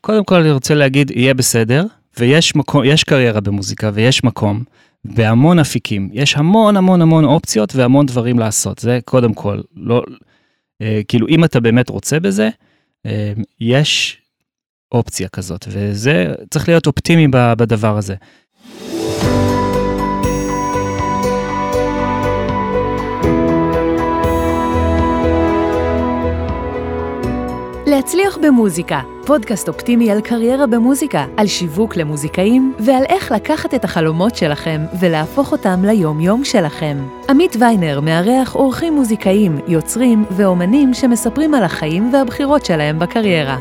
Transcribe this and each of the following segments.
קודם כל אני רוצה להגיד, יהיה בסדר, ויש מקום, יש קריירה במוזיקה, ויש מקום, בהמון אפיקים, יש המון המון המון אופציות, והמון דברים לעשות, זה קודם כל, לא, כאילו אם אתה באמת רוצה בזה, יש אופציה כזאת, וזה צריך להיות אופטימי בדבר הזה. להצליח במוזיקה, פודקאסט אופטימי על קריירה במוזיקה, על שיווק למוזיקאים ועל איך לקחת את החלומות שלכם ולהפוך אותם ליום-יום שלכם. עמית ויינר מארח אורחים מוזיקאים, יוצרים ואומנים שמספרים על החיים והבחירות שלהם בקריירה.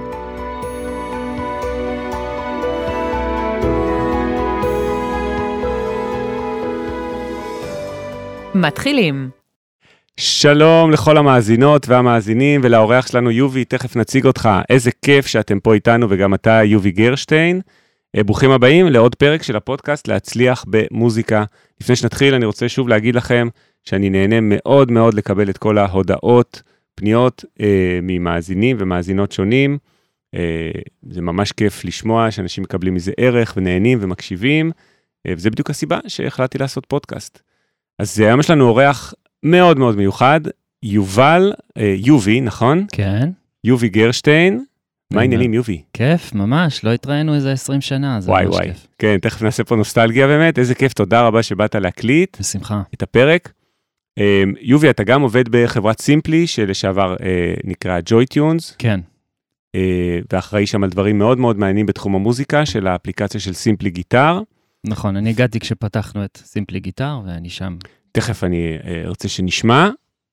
מתחילים. שלום לכל המאזינות והמאזינים ולאורח שלנו יובי, תכף נציג אותך, איזה כיף שאתם פה איתנו וגם אתה יובי גרשטיין. ברוכים הבאים לעוד פרק של הפודקאסט להצליח במוזיקה. לפני שנתחיל אני רוצה שוב להגיד לכם שאני נהנה מאוד מאוד לקבל את כל ההודעות, פניות ממאזינים ומאזינות שונים. זה ממש כיף לשמוע שאנשים מקבלים מזה ערך ונהנים ומקשיבים, וזה בדיוק הסיבה שהחלטתי לעשות פודקאסט. אז היום יש לנו אורח מאוד מאוד מיוחד, יובי, נכון? כן. יובי גרשטיין. מה העניינים, יובי? כיף, ממש, לא התראינו איזה 20 שנה, זה ממש כיף. כן, תכף נעשה פה נוסטלגיה באמת, איזה כיף, תודה רבה שבאת להקליט. בשמחה. את הפרק. יובי, אתה גם עובד בחברת סימפלי, שלשעבר נקרא ג'וי טיונס. כן. ואחראי שם על דברים מאוד מאוד מעניינים בתחום המוזיקה, של האפליקציה של סימפלי גיטר. נכון, אני הגעתי כשפתחנו את סימפלי גיטר, ואני שם. תכף אני רוצה שנשמע.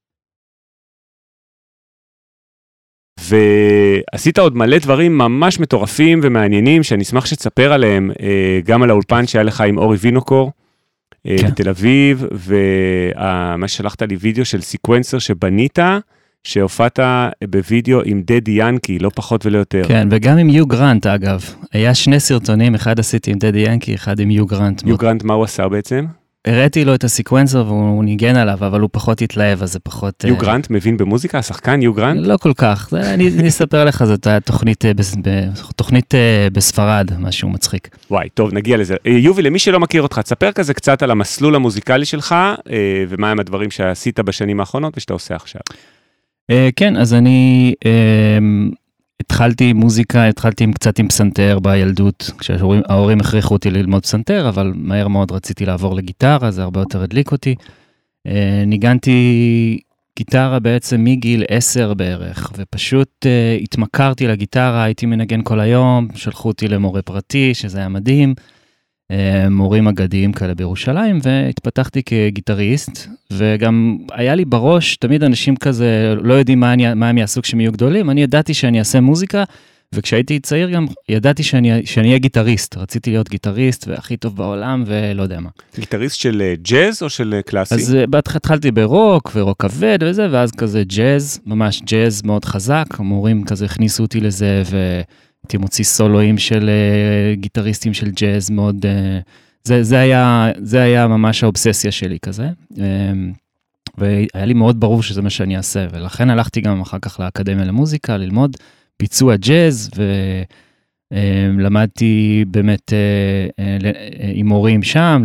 ועשית עוד מלא דברים ממש מטורפים ומעניינים, שאני אשמח שתספר עליהם, גם על האולפן שהיה לך עם אורי וינוקור, בתל אביב, ומה ששלחת לי וידאו של סיקוונסר שבנית, שהופעת בווידאו עם דדי ינקי, לא פחות ולא יותר. כן, וגם עם יו גרנט אגב. היה שני סרטונים, אחד עשיתי עם דדי ינקי, אחד עם יו גרנט. יו גרנט, מה הוא עשה בעצם? הראיתי לו את הסיקוונסר והוא ניגן עליו, אבל הוא פחות התלהב, אז זה פחות... יו גרנט מבין במוזיקה? השחקן יו גרנט? לא כל כך, אני אספר לך, זאת תוכנית בספרד, משהו מצחיק. וואי, טוב, נגיע לזה. יובי, למי שלא מכיר אותך, תספר כזה קצת על המסלול המוזיקלי שלך, ומה הם הדברים שעשית בשנים האחרונות ושאתה עושה עכשיו. כן, אז אני התחלתי קצת עם פסנתר בילדות, כשההורים הכריחו אותי ללמוד פסנתר, אבל מהר מאוד רציתי לעבור לגיטרה, זה הרבה יותר הדליק אותי. ניגנתי גיטרה בעצם מגיל 10 בערך, ופשוט התמכרתי לגיטרה, הייתי מנגן כל היום, שלחו אותי למורה פרטי, שזה היה מדהים, מורים אגדיים כאלה בירושלים, והתפתחתי כגיטריסט, וגם היה לי בראש, תמיד אנשים כזה לא יודעים מה הם יעשו כשהם יהיו גדולים, אני ידעתי שאני אעשה מוזיקה, וכשהייתי צעיר גם ידעתי שאני אהיה גיטריסט, רציתי להיות גיטריסט, והכי טוב בעולם, ולא יודע מה. גיטריסט של ג'אז או של קלאסי? אז התחלתי ברוק, ורוק כבד וזה, ואז כזה ג'אז, ממש ג'אז מאוד חזק, המורים כזה הכניסו אותי לזה, הייתי מוציא סולואים של גיטריסטים של ג'אז מאוד, זה היה ממש האובססיה שלי כזה, והיה לי מאוד ברור שזה מה שאני אעשה, ולכן הלכתי גם אחר כך לאקדמיה למוזיקה, ללמוד ביצוע ג'אז, ולמדתי באמת עם מורים שם,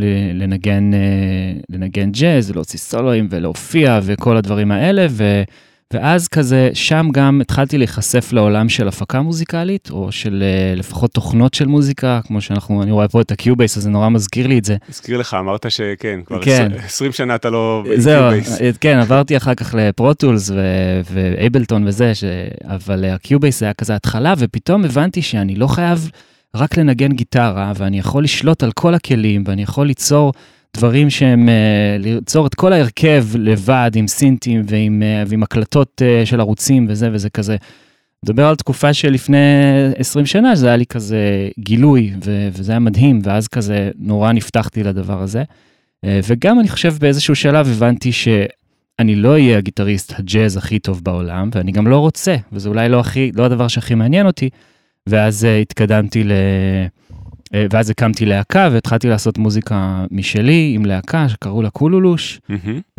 לנגן ג'אז, להוציא סולואים ולהופיע, וכל הדברים האלה, ואז כזה, שם גם התחלתי להיחשף לעולם של הפקה מוזיקלית, או של לפחות תוכנות של מוזיקה, כמו אני רואה פה את הקיובייס, אז זה נורא מזכיר לי את זה. הזכיר לך, אמרת שכן, כבר כן. 20 שנה אתה לא בקיובייס. זהו, כן, עברתי אחר כך לפרוטולס ואייבלטון וזה, אבל הקיובייס היה כזה התחלה, ופתאום הבנתי שאני לא חייב רק לנגן גיטרה, ואני יכול לשלוט על כל הכלים, ואני יכול ליצור דברים שהם, ליצור את כל ההרכב לבד עם סינטים ועם הקלטות של ערוצים וזה כזה. מדבר על תקופה שלפני 20 שנה, זה היה לי כזה גילוי, וזה היה מדהים, ואז כזה נורא נפתחתי לדבר הזה. וגם אני חושב באיזשהו שלב הבנתי שאני לא אהיה הגיטריסט הג'אז הכי טוב בעולם, ואני גם לא רוצה, וזה אולי לא הדבר שהכי מעניין אותי, ואז התקדמתי ואז הקמתי להקה, והתחלתי לעשות מוזיקה משלי, עם להקה שקראו לה קולולוש,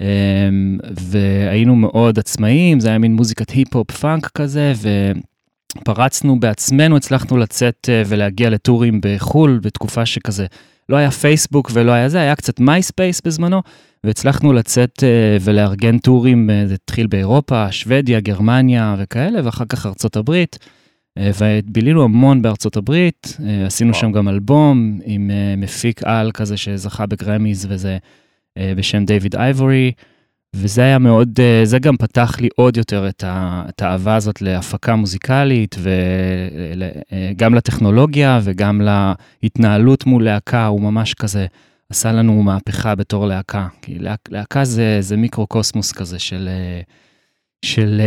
והיינו מאוד עצמאיים, זה היה מין מוזיקת היפ-הופ פאנק כזה, פרצנו בעצמנו, הצלחנו לצאת ולהגיע לטורים בחול, בתקופה שכזה לא היה פייסבוק ולא היה זה, היה קצת מייספייס בזמנו, והצלחנו לצאת ולארגן טורים, זה התחיל באירופה, שוודיה, גרמניה וכאלה, ואחר כך ארצות הברית, ובילינו המון בארצות הברית, עשינו שם גם אלבום עם מפיק על כזה שזכה בגרמיז, וזה בשם דיוויד אייבורי, וזה היה מאוד, זה גם פתח לי עוד יותר את האהבה הזאת להפקה מוזיקלית, וגם לטכנולוגיה, וגם להתנהלות מול להקה, הוא ממש כזה, עשה לנו מהפכה בתור להקה, כי להקה זה מיקרו-קוסמוס כזה של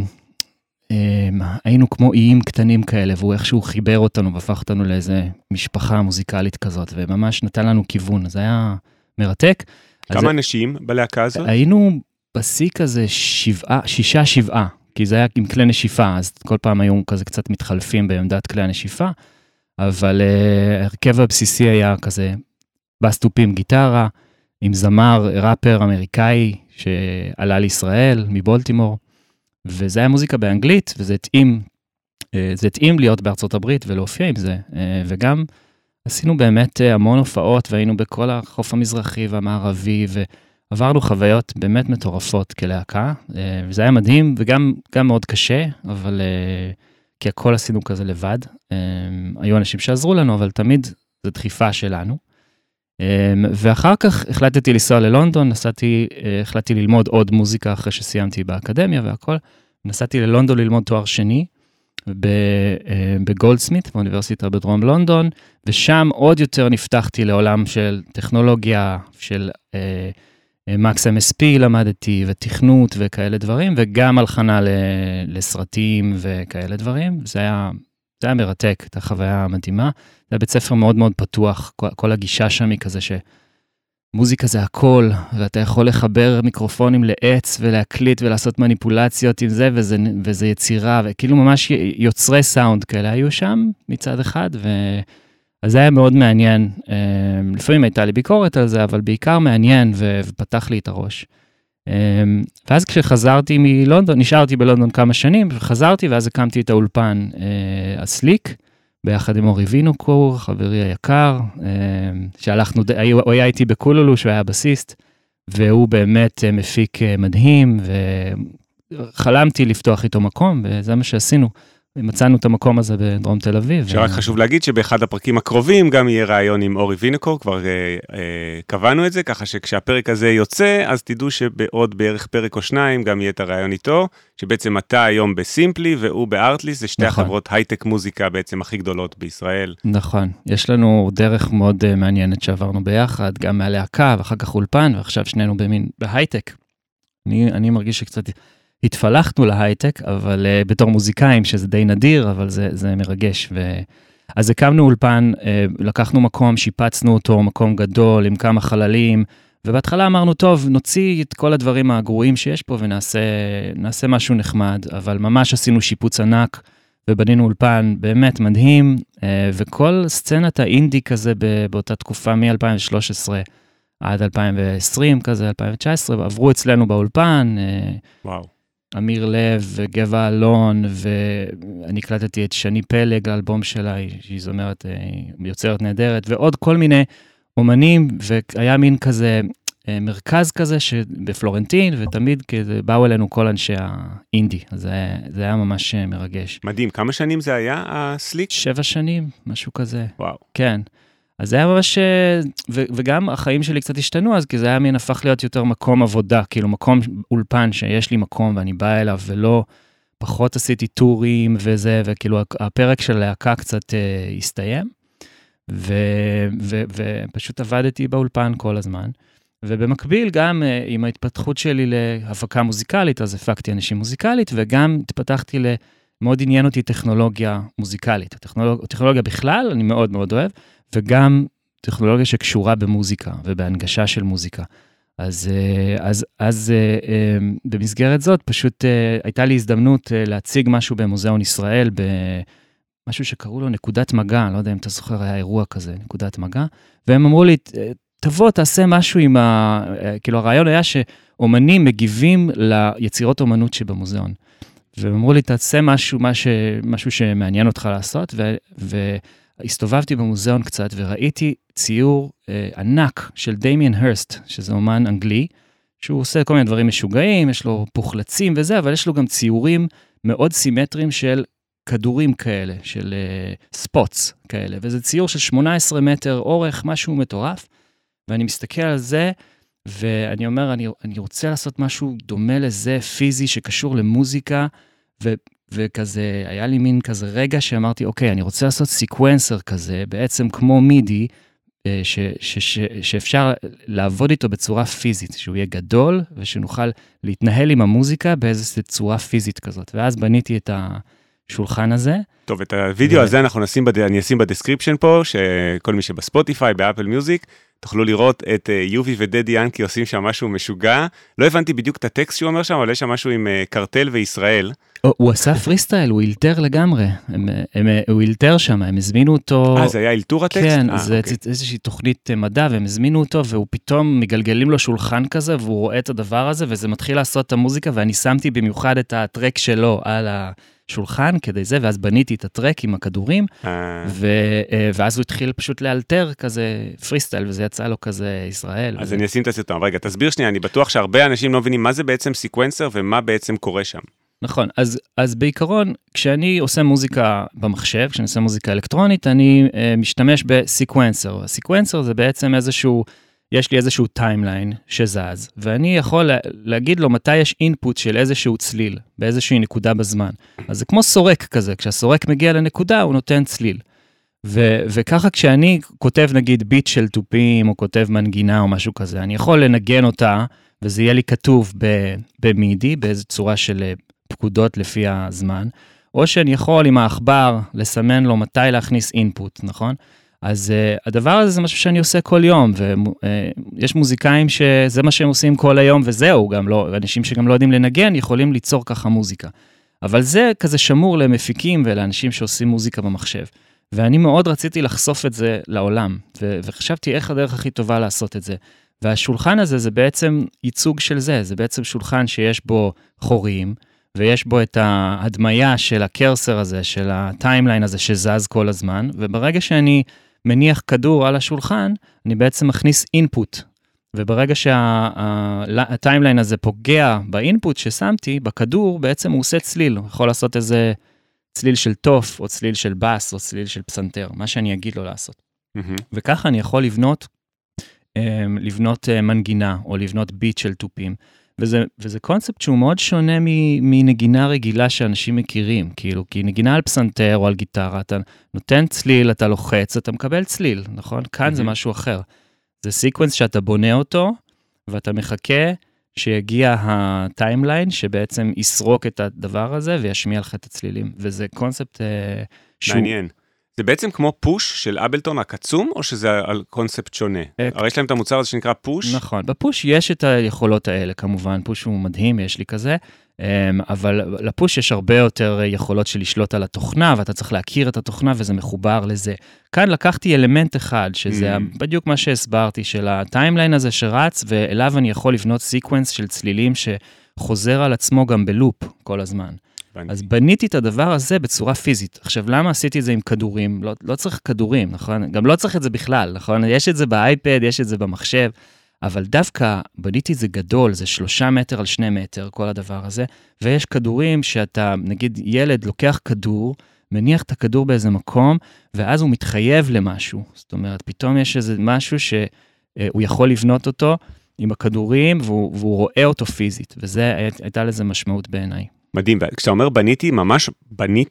היינו כמו איים קטנים כאלה, והוא איכשהו חיבר אותנו, והפך אותנו לאיזה משפחה מוזיקלית כזאת, וממש נתן לנו כיוון, זה היה מרתק. כמה אנשים בלהקה הזאת? היינו בשיא כזה 6-7, כי זה היה עם כלי נשיפה, אז כל פעם היו כזה קצת מתחלפים בעמדת כלי הנשיפה, אבל הרכב הבסיסי היה כזה בסטופים גיטרה, עם זמר, ראפר אמריקאי שעלה לישראל מבולטימור, וזה היה מוזיקה באנגלית, וזה התאים להיות בארצות הברית ולהופיע עם זה, וגם עשינו באמת המון הופעות, והיינו בכל החוף המזרחי והמערבי, ועברנו חוויות באמת מטורפות כלהקה, וזה היה מדהים, וגם מאוד קשה, אבל כי הכל עשינו כזה לבד. היו אנשים שעזרו לנו, אבל תמיד זו דחיפה שלנו. ואחר כך החלטתי לנסוע ללונדון, החלטתי ללמוד עוד מוזיקה אחרי שסיימתי באקדמיה והכל. נסעתי ללונדון ללמוד תואר שני, בגולדסמית, באוניברסיטה בדרום לונדון, ושם עוד יותר נפתחתי לעולם של טכנולוגיה, של מקס MSP למדתי, ותכנות וכאלה דברים, וגם הלחנה לסרטים וכאלה דברים. זה היה מרתק, את החוויה מדהימה. זה היה בית ספר מאוד מאוד פתוח, כל הגישה שם היא כזה שמוזיקה זה הכל, ואתה יכול לחבר מיקרופונים לעץ ולהקליט ולעשות מניפולציות עם זה, וזה יצירה, וכאילו ממש יוצרי סאונד כאלה היו שם מצד אחד, אז זה היה מאוד מעניין. לפעמים הייתה לי ביקורת על זה, אבל בעיקר מעניין ופתח לי את הראש. ואז כשחזרתי מלונדון, נשארתי בלונדון כמה שנים, חזרתי ואז הקמתי את האולפן הסליק, ביחד עם אורי וינוקור, חברי היקר, הוא היה איתי בקולולו, שהוא היה בסיסט, והוא באמת מפיק מדהים, וחלמתי לפתוח איתו מקום, וזה מה שעשינו. מצאנו את המקום הזה בדרום תל אביב. שרק חשוב להגיד שבאחד הפרקים הקרובים גם יהיה רעיון עם אורי וינוקור, כבר קבענו את זה, ככה שכשהפרק הזה יוצא, אז תדעו שבעוד בערך פרק או שניים גם יהיה את הרעיון איתו, שבעצם אתה היום בסימפלי והוא בארטליסט, זה שתי החברות הייטק מוזיקה בעצם הכי גדולות בישראל. נכון, יש לנו דרך מאוד מעניינת שעברנו ביחד, גם מהלהקה ואחר כך אולפן, ועכשיו שנינו בהייטק. אני מרגיש שקצת התפלחנו להייטק, אבל בתור מוזיקאים, שזה די נדיר, אבל זה מרגש. אז הקמנו אולפן, לקחנו מקום, שיפצנו אותו, מקום גדול, עם כמה חללים, ובהתחלה אמרנו, טוב, נוציא את כל הדברים הגרועים שיש פה, ונעשה משהו נחמד, אבל ממש עשינו שיפוץ ענק, ובנינו אולפן באמת מדהים, וכל סצנת האינדי כזה, באותה תקופה, מ-2013 עד 2020 כזה, 2019, עברו אצלנו באולפן, וואו. אמיר לב וגבע אלון, ואני הקלטתי את שני פלג לאלבום שלה, שהיא זומרת, יוצרת נהדרת, ועוד כל מיני אומנים, והיה מין כזה, מרכז כזה בפלורנטין, ותמיד באו אלינו כל אנשי האינדי, אז זה היה ממש מרגש. מדהים, כמה שנים זה היה, הסליק? 7 שנים, משהו כזה. וואו. כן. אז זה היה ממש, וגם החיים שלי קצת השתנו, אז כי זה היה מין הפך להיות יותר מקום עבודה, כאילו מקום אולפן שיש לי מקום ואני בא אליו, ולא פחות עשיתי טורים וזה, וכאילו הפרק של להקה קצת הסתיים, ופשוט עבדתי באולפן כל הזמן, ובמקביל גם עם ההתפתחות שלי להפקה מוזיקלית, אז הפקתי אנשים מוזיקלית, וגם התפתחתי מאוד עניין אותי טכנולוגיה מוזיקלית, טכנולוגיה בכלל, אני מאוד מאוד אוהב, וגם טכנולוגיה שקשורה במוזיקה ובהנגשה של מוזיקה. אז במסגרת זאת פשוט הייתה לי הזדמנות להציג משהו במוזיאון ישראל, במשהו שקראו לו נקודת מגע, לא יודע אם אתה זוכר, היה אירוע כזה, נקודת מגע, והם אמרו לי, תבוא, תעשה משהו עם כאילו הרעיון היה שאומנים מגיבים ליצירות אומנות שבמוזיאון. והם אמרו לי, תעשה משהו שמעניין אותך לעשות, והסתובבתי במוזיאון קצת, וראיתי ציור ענק של דמיאן הרסט, שזה אומן אנגלי, שהוא עושה כל מיני דברים משוגעים, יש לו פוחלצים וזה, אבל יש לו גם ציורים מאוד סימטריים של כדורים כאלה, של ספוטס כאלה, וזה ציור של 18 מטר אורך, משהו מטורף, ואני מסתכל על זה, ואני אומר, אני רוצה לעשות משהו דומה לזה, פיזי, שקשור למוזיקה, וכזה, היה לי מין כזה רגע שאמרתי, אוקיי, אני רוצה לעשות סיקוונסר כזה, בעצם כמו מידי, שאפשר לעבוד איתו בצורה פיזית, שהוא יהיה גדול, ושנוכל להתנהל עם המוזיקה באיזו צורה פיזית כזאת. ואז בניתי את השולחן הזה. טוב, את הוידאו הזה אני אשים בדסקריפשן פה, שכל מי שבספוטיפיי, באפל מיוזיק, תוכלו לראות את יובי ודדי ינקי עושים שם משהו משוגע. לא הבנתי בדיוק את הטקסט שהוא אומר שם, אבל יש שם משהו עם קרטל וישראל. הוא עשה פרי סטייל, הוא אילתר לגמרי. הוא אילתר שם, הם הזמינו אותו... זה היה אילתור הטקסט? כן, זה איזושהי תוכנית מדע, והם הזמינו אותו, והוא פתאום מגלגלים לו שולחן כזה, והוא רואה את הדבר הזה, וזה מתחיל לעשות את המוזיקה, ואני שמתי במיוחד את הטרק שלו על השולחן כדי זה, ואז בניתי את הטרק עם הכדורים, ואז הוא התחיל פשוט לאלתר כזה פרי סטייל, וזה יצא לו כזה ישראל. אז אני אשים את הסרטון. רגע, תסביר שנייה, אני בטוח שהרבה אנשים לא מבינים מה זה בעצם סיקוונסר, ומה בעצם קורה שם. נכון, אז בעיקרון, כשאני עושה מוזיקה במחשב, כשאני עושה מוזיקה אלקטרונית, אני משתמש בסיקוונסר. הסיקוונסר זה בעצם יש לי איזשהו טיימליין שזז, ואני יכול להגיד לו מתי יש אינפוט של איזשהו צליל, באיזושהי נקודה בזמן. אז זה כמו סורק כזה, כשהסורק מגיע לנקודה, הוא נותן צליל. וככה כשאני כותב נגיד ביט של טופים, או כותב מנגינה או משהו כזה, אני יכול לנגן אותה, וזה יהיה לי כתוב במידי, באיזו צורה של פקודות לפי הזמן, או שאני יכול עם העכבר לסמן לו מתי להכניס אינפוט, נכון? אז הדבר הזה זה משהו שאני עושה כל יום, ויש מוזיקאים שזה מה שהם עושים כל היום, וזהו, גם לא, אנשים שגם לא יודעים לנגן, יכולים ליצור ככה מוזיקה. אבל זה כזה שמור למפיקים ולאנשים שעושים מוזיקה במחשב. ואני מאוד רציתי לחשוף את זה לעולם, וחשבתי איך הדרך הכי טובה לעשות את זה. והשולחן הזה זה בעצם ייצוג של זה, זה בעצם שולחן שיש בו חורים, ויש בו את ההדמיה של הקרסר הזה, של הטיימליין הזה שזז כל הזמן, וברגע שאני מניח כדור על השולחן, אני בעצם מכניס אינפוט, וברגע שהטיימליין הזה פוגע באינפוט ששמתי, בכדור בעצם הוא עושה צליל, הוא יכול לעשות איזה צליל של טוף, או צליל של בס, או צליל של פסנתר, מה שאני אגיד לו לעשות. וככה אני יכול לבנות מנגינה, או לבנות ביט של טופים, וזה קונספט שהוא מאוד שונה מנגינה רגילה שאנשים מכירים, כאילו, כי נגינה על פסנתר או על גיטרה, אתה נותן צליל, אתה לוחץ, אתה מקבל צליל, נכון? כאן זה משהו אחר. זה סיקוונס שאתה בונה אותו, ואתה מחכה שיגיע הטיימליין, שבעצם יסרוק את הדבר הזה, וישמיע לך את הצלילים, וזה קונספט שהוא... מעניין. זה בעצם כמו פוש של אבלטון הקצום, או שזה על קונספט שונה? הרי יש להם את המוצר הזה שנקרא פוש? נכון, בפוש יש את היכולות האלה, כמובן, פוש הוא מדהים, יש לי כזה, אבל לפוש יש הרבה יותר יכולות של לשלוט על התוכנה, ואתה צריך להכיר את התוכנה, וזה מחובר לזה. כאן לקחתי אלמנט אחד, שזה בדיוק מה שהסברתי, של הטיימליין הזה שרץ, ואליו אני יכול לבנות סיקוונס של צלילים שחוזר על עצמו גם בלופ כל הזמן. אז בניתי את הדבר הזה בצורה פיזית. עכשיו, למה עשיתי את זה עם כדורים? לא צריך כדורים, נכון? גם לא צריך את זה בכלל, נכון? יש את זה באייפד, יש את זה במחשב, אבל דווקא בניתי את זה גדול, זה 3 מטר על 2 מטר, כל הדבר הזה, ויש כדורים שאתה, נגיד, ילד לוקח כדור, מניח את הכדור באיזה מקום, ואז הוא מתחייב למשהו. זאת אומרת, פתאום יש איזה משהו שהוא יכול לבנות אותו עם הכדורים, והוא רואה אותו פיזית, וזה הייתה לזה משמעות בעיניי. מדהים, כשאתה אומר בניתי, ממש בנית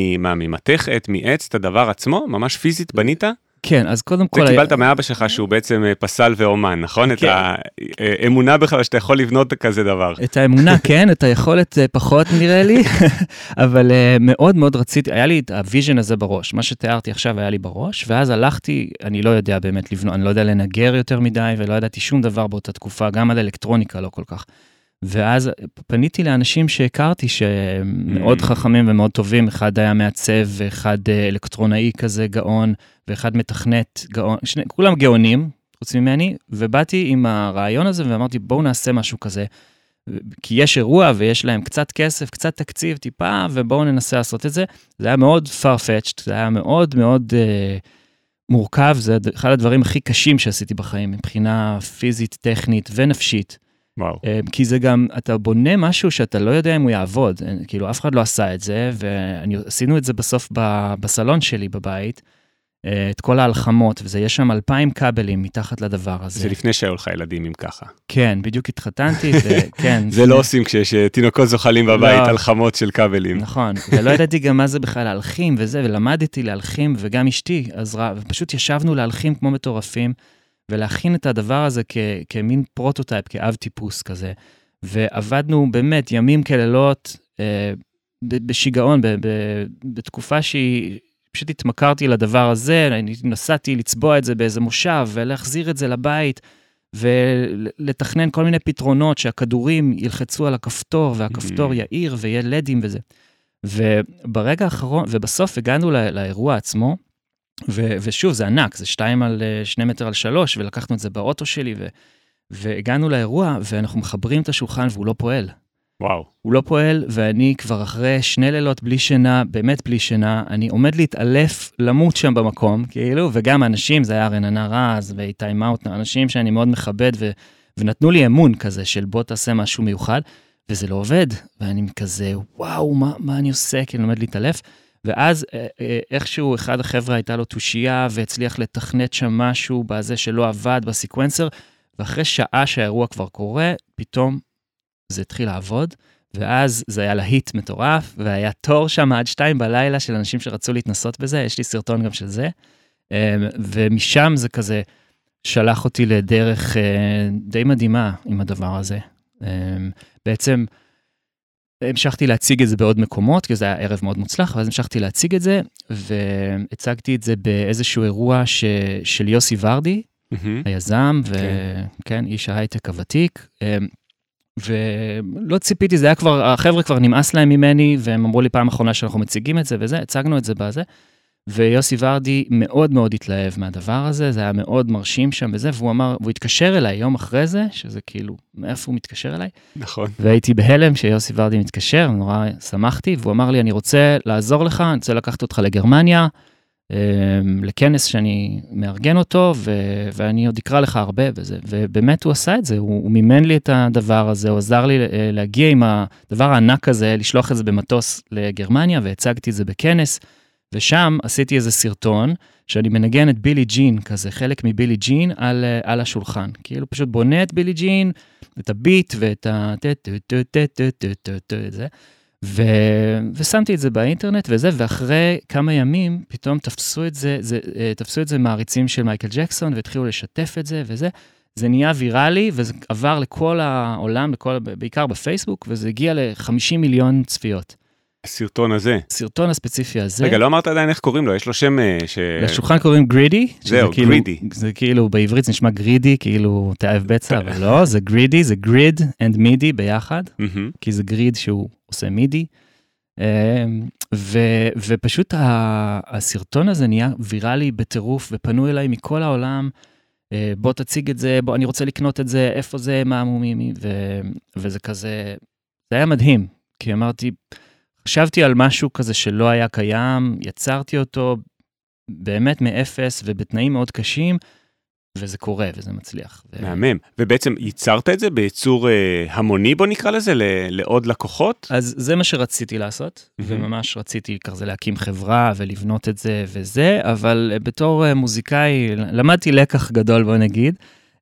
ממתכת, מעץ, את הדבר עצמו? ממש פיזית בנית? כן, אז קודם כל... זה קיבלת מאבא שלך שהוא בעצם פסל ואומן, נכון? כן. את האמונה בכלל שאתה יכול לבנות כזה דבר. את האמונה, כן, את היכולת פחות נראה לי, אבל מאוד מאוד רציתי, היה לי את הוויז'ן הזה בראש, מה שתיארתי עכשיו היה לי בראש, ואז הלכתי, אני לא יודע באמת לבנות, אני לא יודע לנגר יותר מדי, ולא ידעתי שום דבר באותה תקופה, גם על אלקטרוניקה לא כל כך. ואז פניתי לאנשים שהכרתי שמאוד חכמים ומאוד טובים, אחד היה מעצב ואחד אלקטרונאי כזה גאון, ואחד מתכנת גאון, כולם גאונים, חוץ ממני, ובאתי עם הרעיון הזה ואמרתי בואו נעשה משהו כזה, כי יש אירוע ויש להם קצת כסף, קצת תקציב טיפה, ובואו ננסה לעשות את זה. זה היה מאוד farfetched, זה היה מאוד מאוד מורכב, זה אחד הדברים הכי קשים שעשיתי בחיים, מבחינה פיזית, טכנית ונפשית. וואו. כי זה גם, אתה בונה משהו שאתה לא יודע אם הוא יעבוד, כאילו אף אחד לא עשה את זה, ועשינו את זה בסוף בסלון שלי בבית, את כל ההלחמות, וזה יש שם 2,000 כבלים מתחת לדבר הזה. זה לפני שהיו לך ילדים אם ככה. כן, בדיוק התחתנתי, וכן. זה לא עושים כשיש תינוקות זוחלים בבית הלחמות של כבלים. נכון, ולא ידעתי גם מה זה בכלל להלחים וזה, ולמדתי להלחים, וגם אשתי עזרה, ופשוט ישבנו להלחים כמו מטורפים, ולהכין את הדבר הזה כמין פרוטוטייפ, כאב טיפוס כזה, ועבדנו באמת ימים כלילות, בשיגעון, בתקופה שהיא, פשוט התמכרתי לדבר הזה, אני נסעתי לצבוע את זה באיזה מושב, ולהחזיר את זה לבית, ולתכנן כל מיני פתרונות, שהכדורים ילחצו על הכפתור, והכפתור יאיר, ויהיה לדים וזה. וברגע האחרון, ובסוף הגענו לאירוע עצמו, ושוב, זה ענק, זה 2 על 2 מטר על 3, ולקחנו את זה באוטו שלי, והגענו לאירוע, ואנחנו מחברים את השולחן, והוא לא פועל. וואו. הוא לא פועל, ואני כבר אחרי 2 לילות בלי שינה, באמת בלי שינה, אני עומד להתעלף, למות שם במקום, כאילו, וגם האנשים, זה היה רננה רז, ואיתי מאוטנר, אנשים שאני מאוד מכבד, ונתנו לי אמון כזה, של בוא תעשה משהו מיוחד, וזה לא עובד, ואני כזה, וואו, מה אני עושה? כאילו, עומד להתעלף, ואז איכשהו אחד החבר'ה הייתה לו תושייה, והצליח לתכנת שם משהו, בזה שלא עבד בסקוונסר, ואחרי שעה שהאירוע כבר קורה, פתאום זה התחיל לעבוד, ואז זה היה להיט מטורף, והיה תור שם עד 2 בלילה של אנשים שרצו להתנסות בזה, יש לי סרטון גם של זה, ומשם זה כזה שלח אותי לדרך די מדהימה עם הדבר הזה. בעצם המשכתי להציג את זה בעוד מקומות, כי זה היה ערב מאוד מוצלח, ואז המשכתי להציג את זה, והצגתי את זה באיזשהו אירוע של יוסי ורדי, היזם, וכן, איש ההייטק הוותיק, ולא ציפיתי, זה היה כבר, החבר'ה כבר נמאס להם ממני, והם אמרו לי פעם אחרונה שאנחנו מציגים את זה וזה, הצגנו את זה בזה, ויוסי ורדי מאוד מאוד התלהב מהדבר הזה, זה היה מאוד מרשים שם בזה, והוא אמר, והוא התקשר אליי יום אחרי זה, שזה כאילו, מאיפה הוא מתקשר אליי? נכון. והייתי בהלם שיוסי ורדי מתקשר, נורא שמחתי, והוא אמר לי, אני רוצה לעזור לך, אני רוצה לקחת אותך לגרמניה, לכנס שאני מארגן אותו, ואני עוד אקרא לך הרבה בזה, ובאמת הוא עשה את זה, הוא מימן לי את הדבר הזה, הוא עזר לי להגיע עם הדבר הענק הזה, לשלוח את זה במטוס לגרמניה, והצגתי את זה בכנס, ושם עשיתי איזה סרטון, שאני מנגן את בילי ג'ין, כזה חלק מבילי ג'ין על השולחן, כאילו פשוט בונה את בילי ג'ין, את הביט ואת זה, ושמתי את זה באינטרנט וזה, ואחרי כמה ימים פתאום תפסו את זה מעריצים של מייקל ג'קסון, והתחילו לשתף את זה וזה, זה נהיה ויראלי, וזה עבר לכל העולם, בעיקר בפייסבוק, וזה הגיע ל50 מיליון צפיות. הסרטון הזה. הסרטון הספציפי הזה. רגע, לא אמרת עדיין איך קוראים לו, יש לו שם לשולחן קוראים גרידי. זהו, גרידי. זה כאילו, בעברית זה נשמע גרידי, כאילו תאהב בצע, אבל לא, זה גרידי, זה גריד and מידי ביחד, כי זה גריד שהוא עושה מידי, ופשוט הסרטון הזה נהיה ויראלי בטירוף, ופנו אליי מכל העולם, בוא תציג את זה, בוא, אני רוצה לקנות את זה, איפה זה, מה מומי, וזה כזה, זה היה מדהים, כי אמרתי, חשבתי על משהו כזה שלא היה קיים, יצרתי אותו באמת מאפס ובתנאים מאוד קשים, וזה קורה וזה מצליח. מהמם. ובעצם ייצרת את זה ביצור המוני, בוא נקרא לזה, לעוד לקוחות? אז זה מה שרציתי לעשות, וממש רציתי כזה להקים חברה ולבנות את זה וזה, אבל בתור מוזיקאי למדתי לקח גדול, בוא נגיד,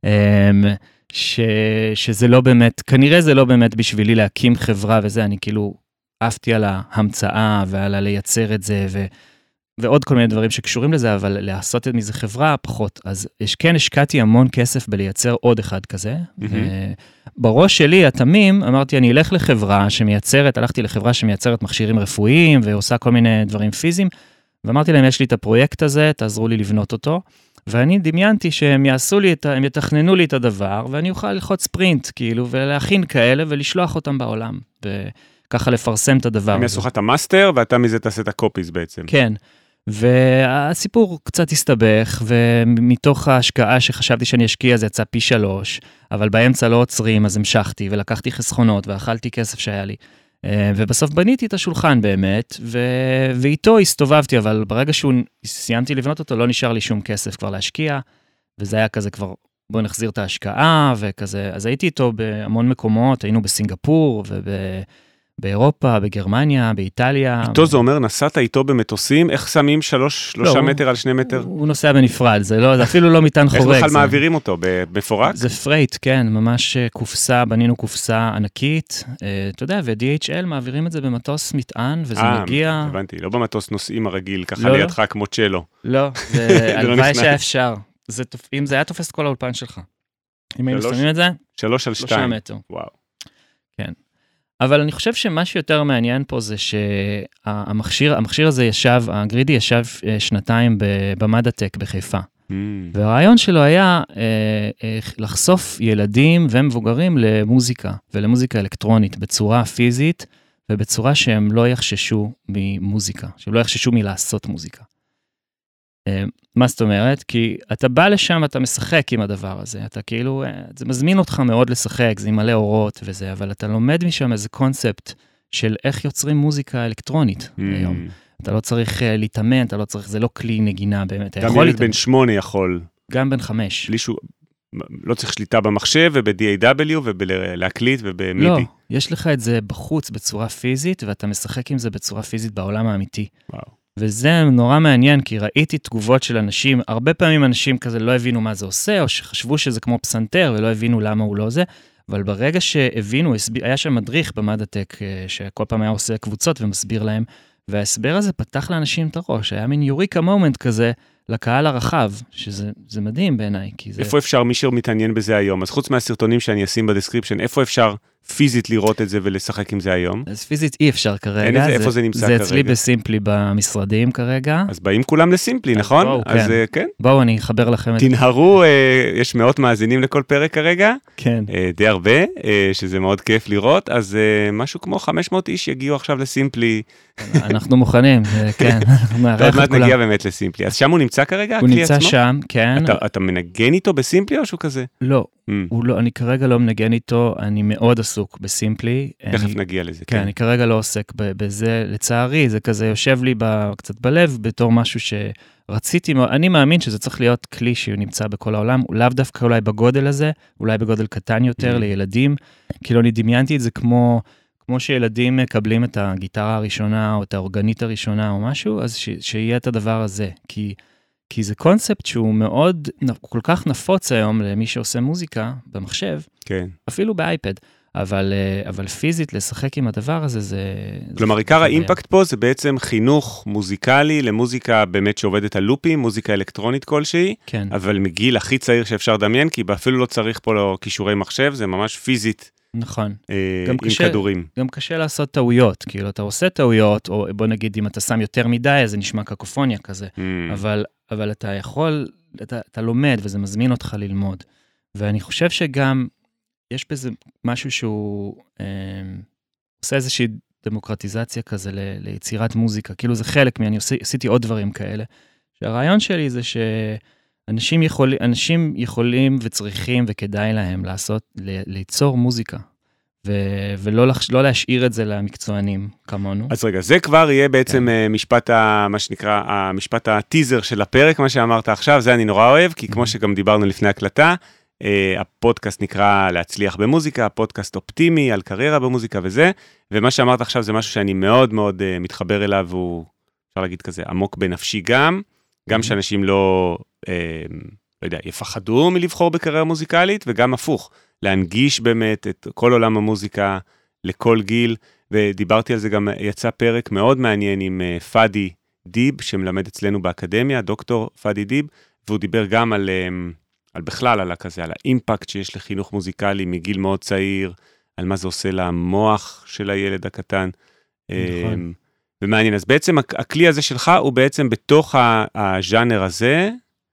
שזה לא באמת, כנראה זה לא באמת בשבילי להקים חברה וזה, אני כאילו עפתי על ההמצאה ועל לייצר את זה, ועוד כל מיני דברים שקשורים לזה, אבל לעשות את מזה חברה פחות. אז כן, השקעתי המון כסף בלייצר עוד אחד כזה. בראש שלי, התמים, אמרתי, אני אלך לחברה שמייצרת, הלכתי לחברה שמייצרת מכשירים רפואיים, ועושה כל מיני דברים פיזיים, ואמרתי להם, יש לי את הפרויקט הזה, תעזרו לי לבנות אותו, ואני דמיינתי שהם יעשו לי הם יתכננו לי את הדבר, ואני אוכל ללחוץ ספרינט, כאילו, ולהכין כאלה, ולשלוח אותם בעולם. ככה לפרסם את הדבר. הם יעשו לך את המאסטר, ואתה מזה תעשה את הקופיס בעצם. כן, והסיפור קצת הסתבך, ומתוך ההשקעה שחשבתי שאני אשקיע, זה יצא פי 3, אבל באמצע לא עוצרים, אז המשכתי, ולקחתי חסכונות, ואכלתי כסף שהיה לי. ובסוף בניתי את השולחן באמת, ואיתו הסתובבתי, אבל ברגע סיימתי לבנות אותו, לא נשאר לי שום כסף כבר להשקיע, וזה היה כזה כבר, בוא נחזיר את ההשקעה, וכזה, אז הייתי איתו בהמון מקומות, היינו בסינגפור, באירופה, בגרמניה, באיטליה. איתו זה אומר, נסעת איתו במטוסים, איך שמים 3 מטר על 2 מטר? הוא נוסע בנפרד, זה אפילו לא מטען חורג. איך בכלל מעבירים אותו? בפורק? זה פרייט, כן, ממש קופסה, בנינו קופסה ענקית, אתה יודע, ו-DHL מעבירים את זה במטוס מטען, וזה מגיע... הבנתי, לא במטוס נוסעים הרגיל, ככה לידך כמו צ'לו. לא, זה הלוואי שאפשר. אם זה היה תופס את כל האולפן שלך. אם היינו שמים את זה? 3 על 2. 3 מטר. וואו. כן. אבל אני חושב שמה שיותר מעניין פה זה שהמכשיר הזה ישב, הגרידי ישב 2 במדעטק בחיפה. והרעיון שלו היה לחשוף ילדים ומבוגרים למוזיקה, ולמוזיקה אלקטרונית, בצורה פיזית, ובצורה שהם לא יחששו ממוזיקה, שהם לא יחששו מלעשות מוזיקה. מה זאת אומרת? כי אתה בא לשם, אתה משחק עם הדבר הזה, אתה כאילו, זה מזמין אותך מאוד לשחק, זה עם מלא אורות וזה, אבל אתה לומד משם איזה קונספט של איך יוצרים מוזיקה אלקטרונית היום. אתה לא צריך להתאמן, אתה לא צריך, זה לא כלי נגינה באמת. גם ילד בן 8 יכול. גם בן 5. לא צריך שליטה במחשב וב-DAW ובלהקליט ובמידי. לא, יש לך את זה בחוץ בצורה פיזית, ואתה משחק עם זה בצורה פיזית בעולם האמיתי. וואו. וזה נורא מעניין, כי ראיתי תגובות של אנשים, הרבה פעמים אנשים כזה לא הבינו מה זה עושה, או שחשבו שזה כמו פסנתר, ולא הבינו למה הוא לא זה, אבל ברגע שהבינו, היה שם מדריך במדעטק, שכל פעם היה עושה קבוצות ומסביר להם, וההסבר הזה פתח לאנשים את הראש, היה מין יוריקה מומנט כזה, לקהל הרחב, שזה מדהים בעיניי. איפה אפשר, מי שמתעניין בזה היום? אז חוץ מהסרטונים שאני אשים בדסקריפשן, איפה אפשר פיזית לראות את זה ולשחק עם זה היום? אז פיזית אי אפשר כרגע. איפה זה נמצא כרגע? זה אצלי בסימפלי במשרדים כרגע. אז באים כולם לסימפלי, נכון? בואו, אז כן. בואו, אני אחבר לכם את זה. תנהרו, יש מאות מאזינים לכל פרק כרגע. כן. די הרבה, שזה מאוד כיף לראות, אז משהו כמו 500 איש יגיעו עכשיו לסימפלי. אנחנו מוכנים, כן. עוד מעט נגיע באמת לסימפלי. אז שם הוא נמצא כרגע? הוא נמצא שם, כן. אתה מנגן איתו בסימפלי או שהוא כזה? לא, אני כרגע לא מנגן איתו, אני מאוד עסוק בסימפלי. תכף נגיע לזה, כן. אני כרגע לא עוסק בזה, לצערי, זה כזה יושב לי קצת בלב, בתור משהו שרציתי, אני מאמין שזה צריך להיות כלי שהוא נמצא בכל העולם, לאו דווקא אולי בגודל הזה, אולי בגודל קטן יותר לילדים, כאילו אני דמיינתי את זה כמו שילדים מקבלים את הגיטרה הראשונה, או את האורגנית הראשונה, או משהו, אז שיהיה את הדבר הזה, כי זה קונספט שהוא מאוד, כל כך נפוץ היום למי שעושה מוזיקה במחשב, כן. אפילו באייפד, אבל פיזית לשחק עם הדבר הזה, זה... כלומר, עיקר האימפקט פה זה בעצם חינוך מוזיקלי למוזיקה באמת שעובדת על לופים, מוזיקה אלקטרונית כלשהי, כן. אבל מגיל הכי צעיר שאפשר לדמיין, כי אפילו לא צריך פה כישורי מחשב, זה ממש פיזית. נכון. עם כדורים. גם קשה לעשות טעויות, כאילו אתה עושה טעויות, או בוא נגיד אם אתה שם יותר מדי, אז זה נשמע קקופוניה כזה, אבל אתה יכול, אתה לומד וזה מזמין אותך ללמוד. ואני חושב שגם יש בזה משהו שהוא עושה איזושהי דמוקרטיזציה כזה ליצירת מוזיקה, כאילו זה חלק אני עשיתי עוד דברים כאלה. שהרעיון שלי זה אנשים יכולים וצריכים וכדאי להם ליצור מוזיקה, ולא להשאיר את זה למקצוענים כמונו. אז רגע, זה כבר יהיה בעצם מה שנקרא, המשפט הטיזר של הפרק, מה שאמרת עכשיו, זה אני נורא אוהב, כי כמו שגם דיברנו לפני הקלטה, הפודקאסט נקרא להצליח במוזיקה, הפודקאסט אופטימי על קריירה במוזיקה וזה, ומה שאמרת עכשיו זה משהו שאני מאוד מאוד מתחבר אליו, והוא, אפשר להגיד כזה, עמוק בנפשי גם שאנשים לא יודע, יפחדו מלבחור בקריירה מוזיקלית, וגם הפוך, להנגיש באמת את כל עולם המוזיקה לכל גיל, ודיברתי על זה גם, יצא פרק מאוד מעניין עם פאדי דיב, שמלמד אצלנו באקדמיה, דוקטור פאדי דיב, והוא דיבר גם על בכלל, על האימפקט שיש לחינוך מוזיקלי מגיל מאוד צעיר, על מה זה עושה למוח של הילד הקטן. נכון. ומעניין, אז בעצם הכלי הזה שלך הוא בעצם בתוך הז'אנר הזה,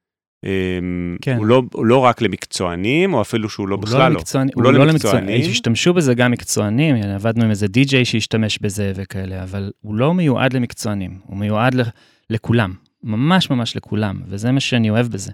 כן. הוא לא רק למקצוענים, או אפילו שהוא לא בכלל לא. הוא לא למקצוענים. השתמשו בזה גם מקצוענים, עבדנו עם איזה די-ג'יי שהשתמש בזה וכאלה, אבל הוא לא מיועד למקצוענים, הוא מיועד לכולם, ממש ממש לכולם, וזה מה שאני אוהב בזה.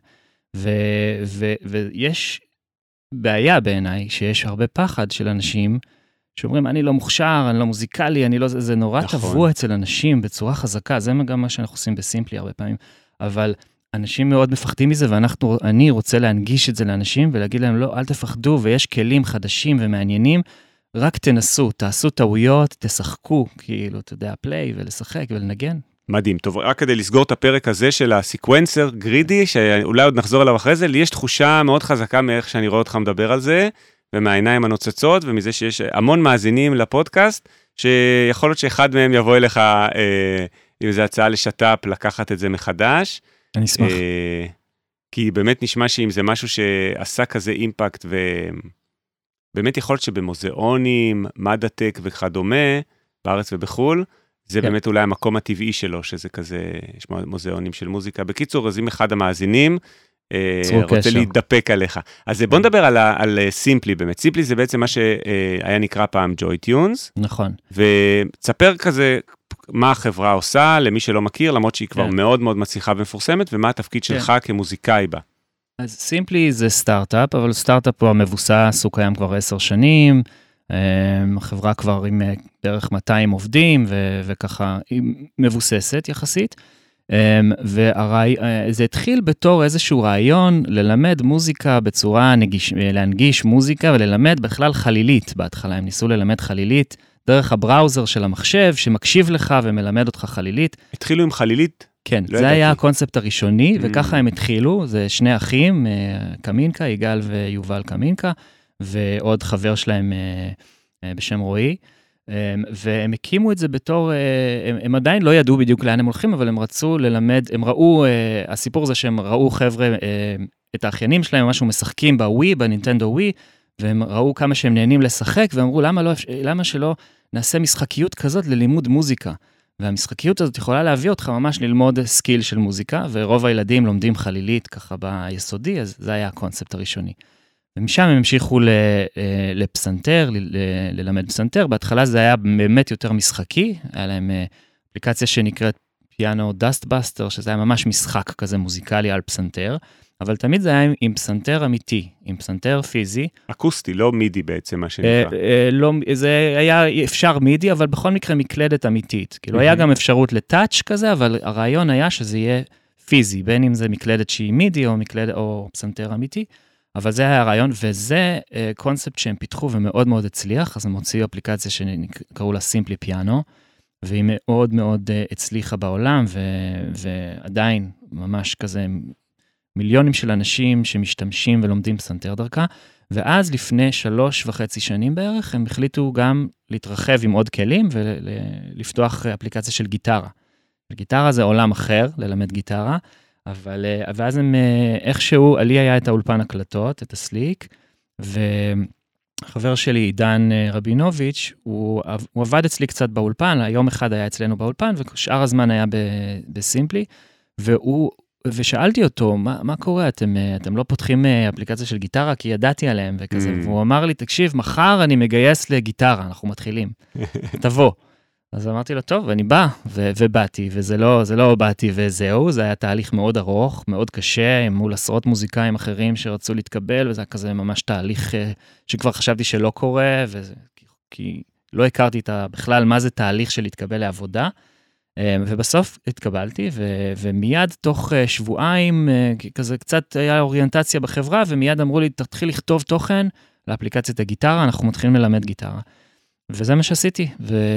ויש בעיה בעיניי, שיש הרבה פחד של אנשים, שאומרים, אני לא מוכשר, אני לא מוזיקלי, זה נורא טבוע אצל אנשים בצורה חזקה, זה גם מה שאנחנו עושים בסימפלי הרבה פעמים, אבל אנשים מאוד מפחדים מזה, ואני רוצה להנגיש את זה לאנשים, ולהגיד להם, לא, אל תפחדו, ויש כלים חדשים ומעניינים, רק תנסו, תעשו טעויות, תשחקו, כאילו, אתה יודע, פליי ולשחק ולנגן. מדהים, טוב, רק כדי לסגור את הפרק הזה של הסיקוונסר גרידי, שאולי עוד נחזור אליו אחרי זה, לי יש תחושה מאוד חזקה מאיך שאני רואה אותך מדבר על זה, ומהעיניים הנוצצות, ומזה שיש המון מאזינים לפודקאסט, שיכול להיות שאחד מהם יבוא אליך, אם זו הצעה לשת"פ, לקחת את זה מחדש. אני אשמח. כי באמת נשמע שאם זה משהו שעשה כזה אימפקט, ובאמת יכול להיות שבמוזיאונים, מדעטק וכדומה, בארץ ובחול, זה באמת אולי המקום הטבעי שלו, שזה כזה, יש מוזיאונים של מוזיקה. בקיצור, אז אם אחד המאזינים רוצה להידפק עליך. אז בוא נדבר על סימפלי באמת. סימפלי זה בעצם מה שהיה נקרא פעם ג'וי טיונס. נכון. ותספר כזה מה החברה עושה, למי שלא מכיר, למרות שהיא כבר מאוד מאוד מצליחה ומפורסמת, ומה התפקיד שלך כמוזיקאי בה. אז סימפלי זה סטארט-אפ, אבל סטארט-אפ הוא המבוסס, הוא קיים כבר 10 שנים, החברה כבר עם בערך 200 עובדים, וככה היא מבוססת יחסית, וזה התחיל בתור איזשהו רעיון ללמד מוזיקה בצורה להנגיש מוזיקה, וללמד בכלל חלילית בהתחלה, הם ניסו ללמד חלילית, דרך הבראוזר של המחשב, שמקשיב לך ומלמד אותך חלילית. התחילו עם חלילית? כן, זה היה הקונספט הראשוני, וככה הם התחילו, זה שני אחים, קמינקה, יגאל ויובל קמינקה, ועוד חבר שלהם בשם רועי, והם הקימו את זה בתור, הם עדיין לא ידעו בדיוק לאן הם הולכים, אבל הם רצו ללמד, הם ראו, הסיפור זה שהם ראו חבר'ה, את האחיינים שלהם, משהו משחקים בווי, בנינטנדו ווי, והם ראו כמה שהם נהנים לשחק, ואמרו, למה שלא נעשה משחקיות כזאת ללימוד מוזיקה? והמשחקיות הזאת יכולה להביא אותך ממש ללמוד סקיל של מוזיקה, ורוב הילדים לומדים חלילית ככה ביסודי, אז זה היה הקונספט הראשוני. ומשם הם המשיכו לפסנתר, ללמד פסנתר, בהתחלה זה היה באמת יותר משחקי, היה להם אפליקציה שנקראת פיאנו דאסטבאסטר, שזה היה ממש משחק כזה מוזיקלי על פסנתר, אבל תמיד זה היה עם פסנתר אמיתי, עם פסנתר פיזי. אקוסטי, לא מידי בעצם, מה שנקרא. לא, זה היה אפשר מידי, אבל בכל מקרה מקלדת אמיתית. כאילו היה גם אפשרות לטאץ' כזה, אבל הרעיון היה שזה יהיה פיזי, בין אם זה מקלדת שהיא מידי או פסנתר אמיתי, אבל זה היה הרעיון, וזה קונספט שהם פיתחו ומאוד מאוד הצליח, אז הם הוציאו אפליקציה שקראו לה סימפלי פיאנו, והיא מאוד מאוד הצליחה בעולם, ועדיין ממש כזה מיליונים של אנשים שמשתמשים ולומדים פסנתר דרכה, ואז לפני 3.5 שנים בערך, הם החליטו גם להתרחב עם עוד כלים, ולפתוח אפליקציה של גיטרה. גיטרה זה עולם אחר, ללמד גיטרה, אבל ואז הם איכשהו, עלי היה את האולפן הקלטות, את הסליק, וחבר שלי, עידן רבינוביץ', הוא עבד אצלי קצת באולפן, היום אחד היה אצלנו באולפן, ושאר הזמן היה בסימפלי, ושאלתי אותו, מה קורה? אתם לא פותחים אפליקציה של גיטרה, כי ידעתי עליהם וכזה, והוא אמר לי, תקשיב, מחר אני מגייס לגיטרה, אנחנו מתחילים, תבוא. אז אמרתי לו, טוב, אני בא, ובאתי, וזה לא באתי וזהו, זה היה תהליך מאוד ארוך, מאוד קשה, מול עשרות מוזיקאים אחרים שרצו להתקבל, וזה היה כזה ממש תהליך שכבר חשבתי שלא קורה, כי לא הכרתי בכלל מה זה תהליך של להתקבל לעבודה, ובסוף התקבלתי, ומיד תוך שבועיים, כזה קצת היה אוריינטציה בחברה, ומיד אמרו לי, תתחיל לכתוב תוכן לאפליקציית הגיטרה, אנחנו מתחילים ללמד גיטרה. וזה מה שעשיתי,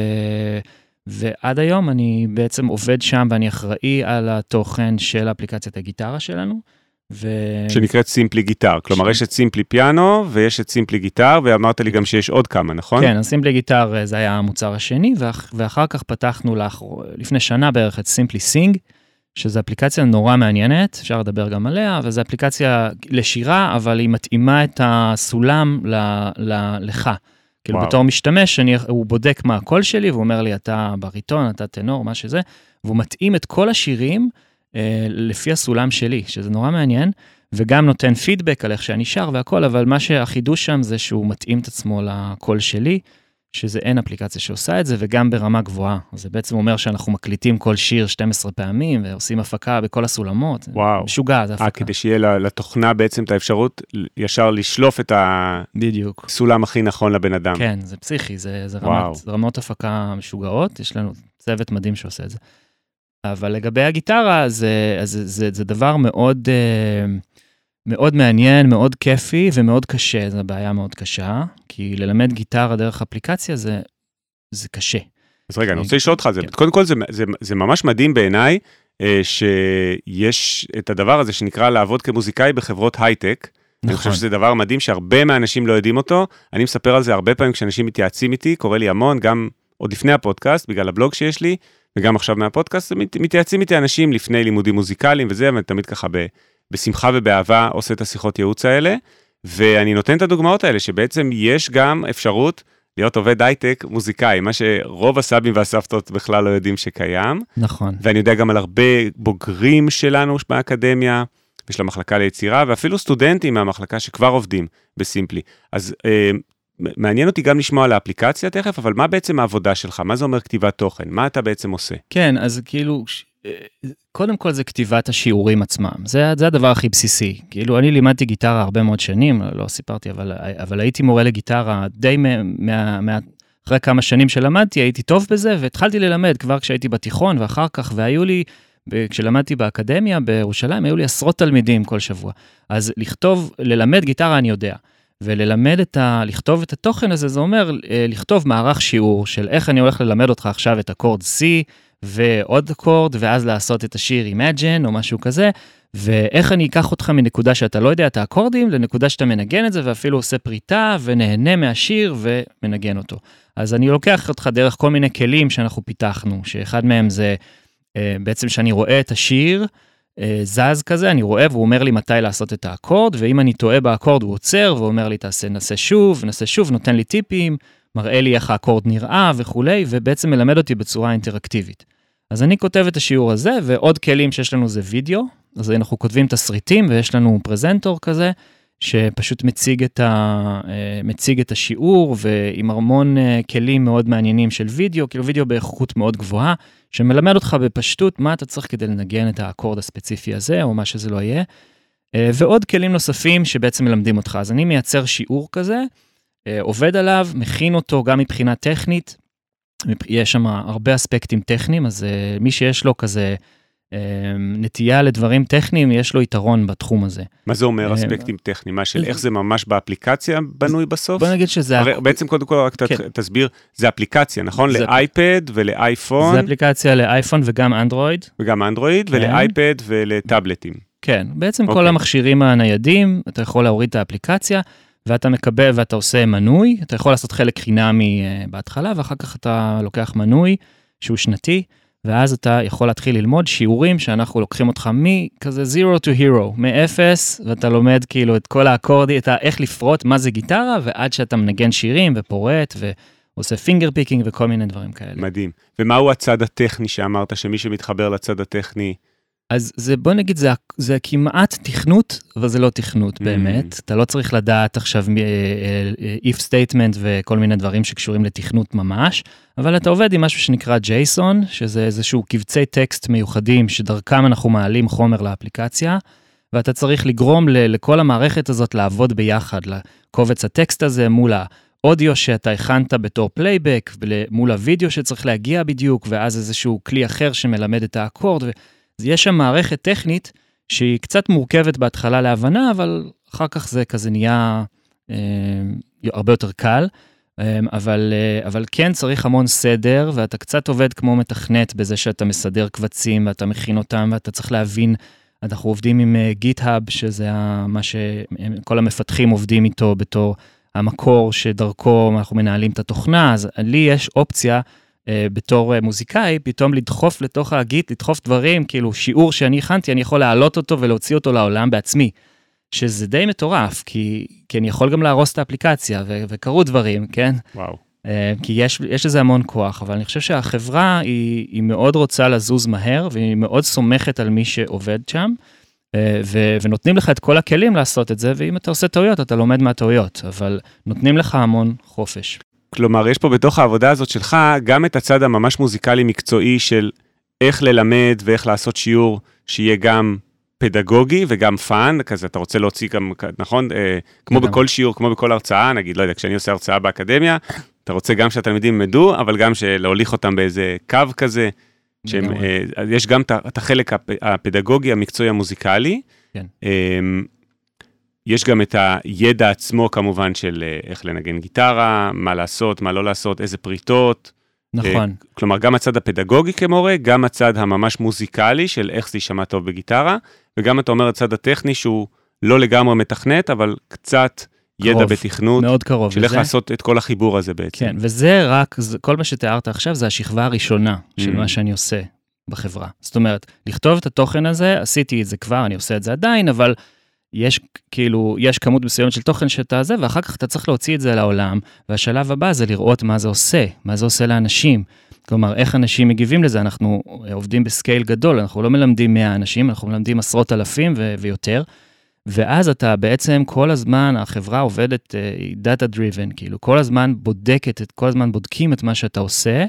ועד היום אני בעצם עובד שם, ואני אחראי על התוכן של אפליקציית הגיטרה שלנו. שנקראת סימפלי גיטר, כלומר יש את סימפלי פיאנו, ויש את סימפלי גיטר, ואמרת לי גם שיש עוד כמה, נכון? כן, הסימפלי גיטר זה היה המוצר השני, ואחר כך פתחנו לפני שנה בערך את סימפלי סינג, שזו אפליקציה נורא מעניינת, אפשר לדבר גם עליה, וזו אפליקציה לשירה, אבל היא מתאימה את הסולם לך. כאילו בתור משתמש, הוא בודק מה הקול שלי, והוא אומר לי, אתה בריטון, אתה טנור, מה שזה, והוא מתאים את כל השירים לפי הסולם שלי, שזה נורא מעניין, וגם נותן פידבק על איך שאני שר והכל, אבל מה שהחידוש שם זה שהוא מתאים את עצמו לקול שלי, שזה אין אפליקציה שעושה את זה, וגם ברמה גבוהה. זה בעצם אומר שאנחנו מקליטים כל שיר 12 פעמים, ועושים הפקה בכל הסולמות. וואו. משוגע, זה הפקה. כדי שיהיה לתוכנה בעצם את האפשרות, ישר לשלוף את הסולם הכי נכון לבן אדם. כן, זה פסיכי, זה רמות הפקה משוגעות, יש לנו צוות מדהים שעושה את זה. אבל לגבי הגיטרה, זה דבר מאוד, מאוד מעניין, מאוד כיפי ומאוד קשה, זו בעיה מאוד קשה, כי ללמד גיטרה דרך אפליקציה זה קשה. אז רגע, אני רוצה לשאול אותך, קודם כל זה ממש מדהים בעיניי, שיש את הדבר הזה שנקרא לעבוד כמוזיקאי בחברות הייטק, אני חושב שזה דבר מדהים שהרבה מהאנשים לא יודעים אותו, אני מספר על זה הרבה פעמים כשאנשים מתייעצים איתי, קורא לי המון, גם עוד לפני הפודקאסט, בגלל הבלוג שיש לי, וגם עכשיו מהפודקאסט, מתייעצים איתי אנשים לפני לימודים מוזיקליים וזה, אבל תמיד ככה בשמחה ובאהבה עושה את השיחות ייעוץ האלה, ואני נותן את הדוגמאות האלה, שבעצם יש גם אפשרות להיות עובד הייטק מוזיקאי, מה שרוב הסבים והסבתות בכלל לא יודעים שקיים. נכון. ואני יודע גם על הרבה בוגרים שלנו באקדמיה, יש לה מחלקה ליצירה, ואפילו סטודנטים מהמחלקה שכבר עובדים בסימפלי. אז מעניין אותי גם לשמוע על האפליקציה תכף, אבל מה בעצם העבודה שלך? מה זה אומר כתיבת תוכן? מה אתה בעצם עושה? כן, אז כאילו, קודם כל זה כתיבת השיעורים עצמם. זה הדבר הכי בסיסי. כאילו, אני לימדתי גיטרה הרבה מאוד שנים, לא סיפרתי, אבל הייתי מורה לגיטרה די אחרי כמה שנים שלמדתי, הייתי טוב בזה, והתחלתי ללמד כבר כשהייתי בתיכון, ואחר כך, והיו לי, כשלמדתי באקדמיה בירושלים, היו לי עשרות תלמידים כל שבוע. אז ללמד גיטרה אני יודע. וללמד לכתוב את התוכן הזה, זה אומר לכתוב מערך שיעור של איך אני הולך ללמד אותך עכשיו את אקורד C, ועוד אקורד, ואז לעשות את השיר Imagine או משהו כזה, ואיך אני אקח אותך מנקודה שאתה לא יודע את האקורדים, לנקודה שאתה מנגן את זה, ואפילו עושה פריטה, ונהנה מהשיר, ומנגן אותו. אז אני לוקח אותך דרך כל מיני כלים שאנחנו פיתחנו, שאחד מהם זה בעצם שאני רואה את השיר, זז כזה, אני רואה, והוא אומר לי מתי לעשות את האקורד, ואם אני טועה באקורד, הוא עוצר, והוא לי, נעשה שוב, נותן לי טיפים, מראה לי איך האקורד נראה וכולי, ובעצם מלמד אותי בצורה אינטראקטיבית. אז אני כותב את השיעור הזה, ועוד כלים שיש לנו זה וידאו, אז אנחנו כותבים תסריטים, ויש לנו פרזנטור כזה, שפשוט מציג את השיעור, ועם המון כלים מאוד מעניינים של וידאו, כאילו וידאו באיכות מאוד גבוהה, שמלמד אותך בפשטות מה אתה צריך כדי לנגן את האקורד הספציפי הזה, או מה שזה לא יהיה, ועוד כלים נוספים שבעצם מלמדים אותך. אז אני מייצר שיעור כזה, עובד עליו, מכין אותו גם מבחינה טכנית, יש שם הרבה אספקטים טכניים, אז מי שיש לו כזה נטייה לדברים טכניים, יש לו יתרון בתחום הזה. מה זה אומר אספקטים טכניים? מה של איך זה ממש באפליקציה בנוי בסוף? בוא נגיד שזה... בעצם קודם כל רק תסביר, זה אפליקציה, נכון? לאייפד ולאייפון. זה אפליקציה לאייפון וגם אנדרואיד. וגם אנדרואיד ולאייפד ולטאבלטים. כן, בעצם כל המכשירים הניידים, אתה יכול להוריד את האפליקציה, ואתה מקבל ואתה עושה מנוי, אתה יכול לעשות חלק חינמי בהתחלה, ואחר כך אתה לוקח מנוי שהוא שנתי, ואז אתה יכול להתחיל ללמוד שיעורים שאנחנו לוקחים אותך מכזה zero to hero, מאפס, ואתה לומד כאילו את כל האקורדי, איך לפרוט מה זה גיטרה, ועד שאתה מנגן שירים ופורט, ועושה פינגר פיקינג וכל מיני דברים כאלה. מדהים. ומהו הצד הטכני שאמרת, שמי שמתחבר לצד הטכני? אז בוא נגיד, זה כמעט תכנות, אבל זה לא תכנות באמת. אתה לא צריך לדעת עכשיו if statement וכל מיני דברים שקשורים לתכנות ממש, אבל אתה עובד עם משהו שנקרא JSON, שזה איזשהו קבצי טקסט מיוחדים, שדרכם אנחנו מעלים חומר לאפליקציה, ואתה צריך לגרום לכל המערכת הזאת לעבוד ביחד, לקובץ הטקסט הזה מול האודיו שאתה הכנת בתור פלייבק, מול הוידאו שצריך להגיע בדיוק, ואז איזשהו כלי אחר שמלמד את האקורד, יש שם מערכת טכנית שהיא קצת מורכבת בהתחלה להבנה, אבל אחר כך זה כזה נהיה הרבה יותר קל, אבל כן צריך המון סדר, ואתה קצת עובד כמו מתכנת בזה שאתה מסדר קבצים, ואתה מכין אותם, ואתה צריך להבין, אנחנו עובדים עם GitHub, שזה מה שכל המפתחים עובדים איתו בתור המקור שדרכו אנחנו מנהלים את התוכנה, אז לי יש אופציה, בתור מוזיקאי, פתאום לדחוף לתוך הגיט, לדחוף דברים, כאילו שיעור שאני הכנתי, אני יכול להעלות אותו ולהוציא אותו לעולם בעצמי, שזה די מטורף, כי אני יכול גם להרוס את האפליקציה, וקרו דברים, כן? וואו. כי יש לזה המון כוח, אבל אני חושב שהחברה היא מאוד רוצה לזוז מהר, והיא מאוד סומכת על מי שעובד שם, ונותנים לך את כל הכלים לעשות את זה, ואם אתה עושה טעויות, אתה לומד מהטעויות, אבל נותנים לך המון חופש. כלומר, יש פה בתוך העבודה הזאת שלך, גם את הצד הממש מוזיקלי מקצועי של איך ללמד ואיך לעשות שיעור שיהיה גם פדגוגי וגם פאן, כזה אתה רוצה להוציא גם, נכון? כמו בכל שיעור, כמו בכל הרצאה, נגיד, לא יודע, כשאני עושה הרצאה באקדמיה, אתה רוצה גם שהתלמידים מדו, אבל גם להוליך אותם באיזה קו כזה, יש גם את החלק הפדגוגי, המקצועי המוזיקלי, יש גם את הידע עצמו כמובן של איך לנגן גיטרה, מה לעשות, מה לא לעשות, איזה פריטות. נכון. כלומר, גם הצד הפדגוגי כמורה, גם הצד הממש מוזיקלי של איך זה יישמע טוב בגיטרה, וגם אתה אומר הצד הטכני שהוא לא לגמרי מתכנת, אבל קצת ידע בתכנות. מאוד קרוב. של איך לעשות את כל החיבור הזה בעצם. כן, וזה רק, כל מה שתיארת עכשיו, זה השכבה הראשונה של מה שאני עושה בחברה. זאת אומרת, לכתוב את התוכן הזה, עשיתי את זה כבר, אני עושה את זה עדיין, אבל יש כאילו, יש כמות מסוימת של תוכן שאתה זה, ואחר כך אתה צריך להוציא את זה לעולם, והשלב הבא זה לראות מה זה עושה, מה זה עושה לאנשים. כלומר, איך אנשים מגיבים לזה, אנחנו עובדים בסקייל גדול, אנחנו לא מלמדים 100 אנשים, אנחנו מלמדים עשרות אלפים ויותר, ואז אתה בעצם כל הזמן, החברה עובדת data driven, כאילו כל הזמן בודקת, כל הזמן בודקים את מה שאתה עושה,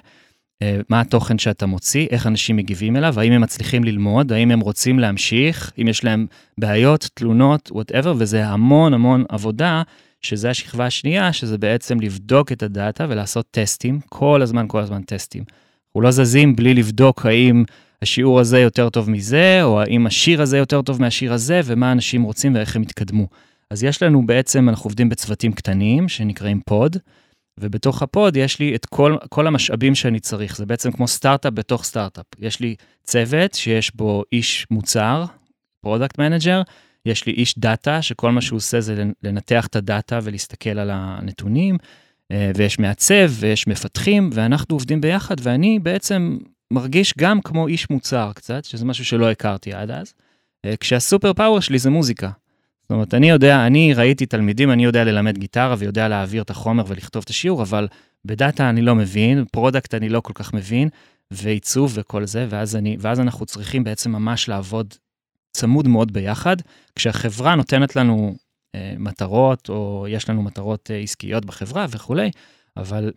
מה התוכן שאתה מוציא, איך אנשים מגיבים אליו, האם הם מצליחים ללמוד, האם הם רוצים להמשיך, אם יש להם בעיות, תלונות, whatever, וזה המון המון עבודה, שזה השכבה השנייה, שזה בעצם לבדוק את הדאטה ולעשות טסטים, כל הזמן טסטים. אנחנו לא זזים בלי לבדוק האם השיעור הזה יותר טוב מזה, או האם השיר הזה יותר טוב מהשיר הזה, ומה אנשים רוצים ואיך הם יתקדמו. אז יש לנו בעצם, אנחנו עובדים בצוותים קטנים, שנקראים פוד, ובתוך הפוד יש לי את כל המשאבים שאני צריך, זה בעצם כמו סטארט-אפ בתוך סטארט-אפ. יש לי צוות שיש בו איש מוצר, פרודקט מנג'ר, יש לי איש דאטה, שכל מה שהוא עושה זה לנתח את הדאטה ולהסתכל על הנתונים, ויש מעצב ויש מפתחים, ואנחנו עובדים ביחד, ואני בעצם מרגיש גם כמו איש מוצר קצת, שזה משהו שלא הכרתי עד אז, כשהסופר פאוור שלי זה מוזיקה. זאת אומרת, אני ראיתי תלמידים, אני יודע ללמד גיטרה ויודע להעביר את החומר ולכתוב את השיעור, אבל בדאטה אני לא מבין, פרודקט אני לא כל כך מבין, ועיצוב וכל זה, ואז אנחנו צריכים בעצם ממש לעבוד צמוד מאוד ביחד, כשהחברה נותנת לנו מטרות, או יש לנו מטרות עסקיות בחברה וכו', אבל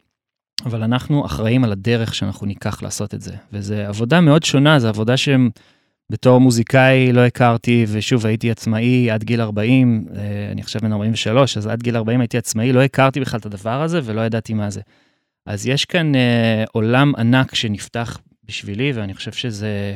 אנחנו אחראים על הדרך שאנחנו ניקח לעשות את זה. וזו עבודה מאוד שונה, זו עבודה שהם בתור מוזיקאי לא הכרתי, ושוב הייתי עצמאי עד גיל 40, אני חושב בן 43, אז עד גיל 40 הייתי עצמאי, לא הכרתי בכלל את הדבר הזה, ולא ידעתי מה זה. אז יש כאן עולם ענק שנפתח בשבילי, ואני חושב שזה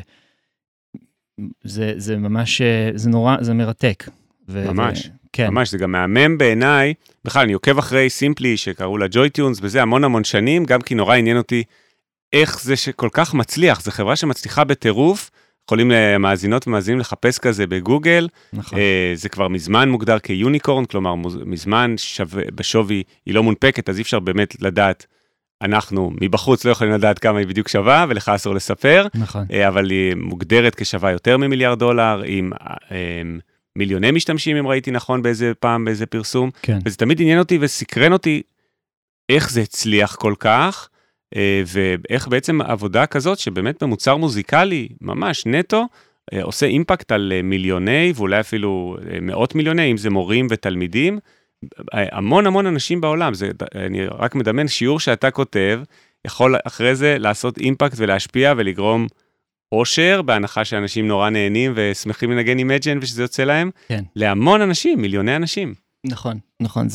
זה ממש, זה נורא, זה מרתק. ממש, כן. ממש, זה גם מהמם בעיניי, בכלל אני עוקב אחרי סימפלי שקראו לה ג'וי טיונס, וזה המון שנים, גם כי נורא עניין אותי איך זה שכל כך מצליח, זו חברה שמצליחה בטירוף, יכולים למאזינות ומאזינים לחפש כזה בגוגל, נכון. זה כבר מזמן מוגדר כיוניקורן, כלומר מזמן בשווי היא לא מונפקת, אז אי אפשר באמת לדעת, אנחנו מבחוץ לא יכולים לדעת כמה היא בדיוק שווה, ולך אסור לספר, נכון. אבל היא מוגדרת כשווה יותר מ$1 מיליארד, עם מיליוני משתמשים, אם ראיתי נכון באיזה פעם, באיזה פרסום, כן. וזה תמיד עניין אותי וסקרן אותי, איך זה הצליח כל כך, ואיך בעצם עבודה כזאת, שבאמת במוצר מוזיקלי, ממש נטו, עושה אימפקט על מיליוני, ואולי אפילו מאות מיליוני, אם זה מורים ותלמידים, המון אנשים בעולם, אני רק מדמיין, שיעור שאתה כותב, יכול אחרי זה לעשות אימפקט ולהשפיע ולגרום אושר, בהנחה שאנשים נורא נהנים ושמחים לנגן אימג'ן ושזה יוצא להם, כן. להמון אנשים, מיליוני אנשים. נכון,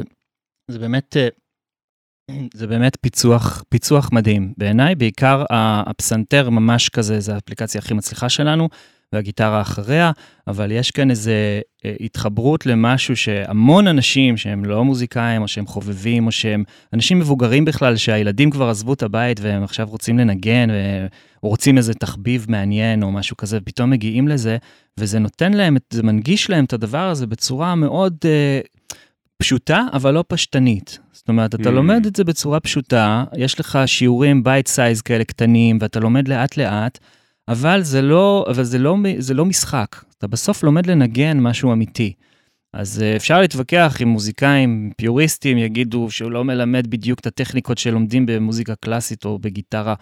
זה באמת פיצוח מדהים. בעיניי, בעיקר הפסנתר ממש כזה, זה האפליקציה הכי מצליחה שלנו, והגיטרה אחריה, אבל יש כאן איזו התחברות למשהו שהמון אנשים שהם לא מוזיקאים, או שהם חובבים, או שהם אנשים מבוגרים בכלל, שהילדים כבר עזבו את הבית, והם עכשיו רוצים לנגן, או רוצים איזה תחביב מעניין, או משהו כזה, ופתאום מגיעים לזה, וזה נותן להם, זה מנגיש להם את הדבר הזה בצורה מאוד פשוטה, אבל לא פשטנית. זאת אומרת, אתה לומד את זה בצורה פשוטה, יש לך שיעורים בייט סייז כאלה קטנים, ואתה לומד לאט לאט, אבל זה לא משחק. אתה בסוף לומד לנגן משהו אמיתי. אז אפשר להתווכח עם מוזיקאים פיוריסטים, יגידו שהוא לא מלמד בדיוק את הטכניקות שלומדים במוזיקה קלאסית או בגיטרה,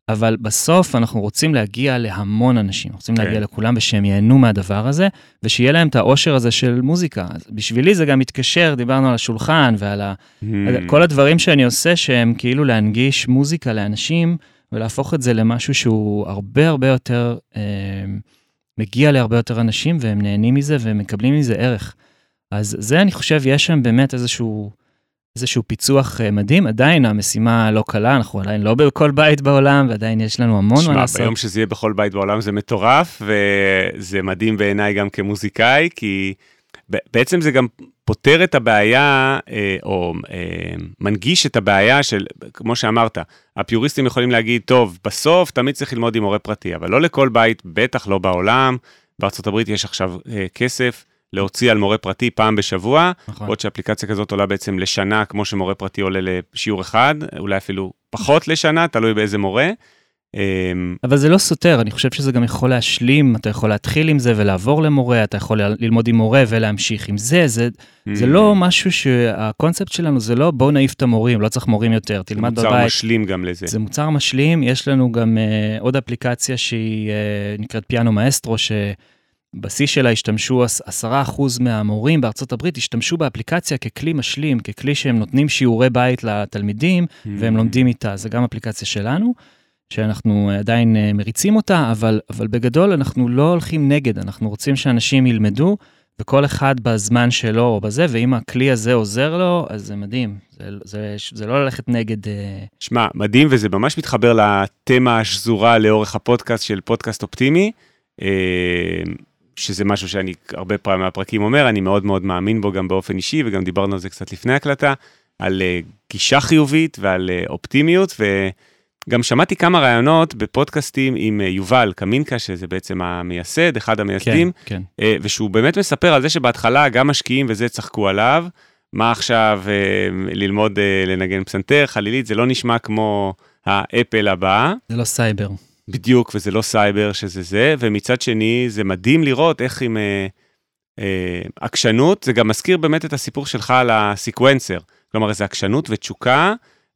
אבל בסוף אנחנו רוצים להגיע להמון אנשים, רוצים להגיע לכולם ושהם ייהנו מהדבר הזה, ושיהיה להם את האושר הזה של מוזיקה. אז בשבילי זה גם מתקשר, דיברנו על השולחן ועל כל הדברים שאני עושה, שהם כאילו להנגיש מוזיקה לאנשים, ולהפוך את זה למשהו שהוא הרבה הרבה יותר, מגיע להרבה יותר אנשים, והם נהנים מזה והם מקבלים מזה ערך. אז זה אני חושב, יש שם באמת איזשהו פיצוח מדהים, עדיין המשימה לא קלה, אנחנו עדיין לא בכל בית בעולם, ועדיין יש לנו המון מה לעשות. ביום שזה יהיה בכל בית בעולם זה מטורף, וזה מדהים בעיניי גם כמוזיקאי, כי בעצם זה גם פותר את הבעיה, או מנגיש את הבעיה של, כמו שאמרת, הפיוריסטים יכולים להגיד, טוב, בסוף תמיד צריך ללמוד עם מורה פרטי, אבל לא לכל בית, בטח לא בעולם, בארצות הברית יש עכשיו כסף, להוציא על מורה פרטי פעם בשבוע, עוד שאפליקציה כזאת עולה בעצם לשנה, כמו שמורה פרטי עולה לשיעור אחד, אולי אפילו פחות לשנה, תלוי באיזה מורה. אבל זה לא סותר, אני חושב שזה גם יכול להשלים, אתה יכול להתחיל עם זה ולעבור למורה, אתה יכול ללמוד עם מורה ולהמשיך עם זה, זה לא משהו שהקונספט שלנו זה לא בוא נעיף את המורים, לא צריך מורים יותר, תלמד בבית. זה מוצר משלים גם לזה. זה מוצר משלים, יש לנו גם עוד אפליקציה שהיא נקראת פיאנו מאסטרו, בשיא שלה השתמשו 10% מהמורים בארצות הברית, השתמשו באפליקציה ככלי משלים, ככלי שהם נותנים שיעורי בית לתלמידים, והם לומדים איתה. זה גם אפליקציה שלנו, שאנחנו עדיין מריצים אותה, אבל בגדול אנחנו לא הולכים נגד, אנחנו רוצים שאנשים ילמדו, וכל אחד בזמן שלו או בזה, ואם הכלי הזה עוזר לו, אז זה מדהים. זה לא ללכת נגד... שמע, מדהים, וזה ממש מתחבר לתמה השזורה לאורך הפודקאסט של פודקאסט אופטימי, שזה משהו שאני הרבה פעמים מהפרקים אומר, אני מאוד מאוד מאמין בו גם באופן אישי, וגם דיברנו על זה קצת לפני הקלטה, על גישה חיובית ועל אופטימיות, וגם שמעתי כמה רעיונות בפודקאסטים עם יובל קמינקה, שזה בעצם המייסד, אחד המייסדים, כן. ושהוא באמת מספר על זה שבהתחלה גם משקיעים וזה צחקו עליו, מה עכשיו ללמוד לנגן פסנתר, חלילית, זה לא נשמע כמו האפל הבא. זה לא סייבר. בדיוק, וזה לא סייבר שזה זה, ומצד שני זה מדהים לראות איך עם עקשנות, זה גם מזכיר באמת את הסיפור שלך על הסיקוונסר, כלומר איזו עקשנות ותשוקה,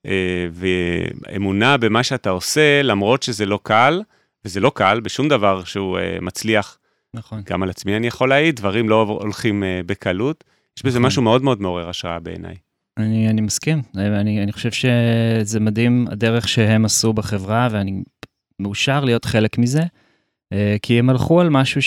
ואמונה במה שאתה עושה, למרות שזה לא קל, וזה לא קל בשום דבר שהוא מצליח. נכון. גם על עצמי אני יכול להעיד, דברים לא הולכים בקלות, יש בזה משהו מאוד מאוד מעורר השראה בעיניי. אני מסכים, אני חושב שזה מדהים הדרך שהם עשו בחברה, ואני מאושר להיות חלק מזה, כי הם הלכו על משהו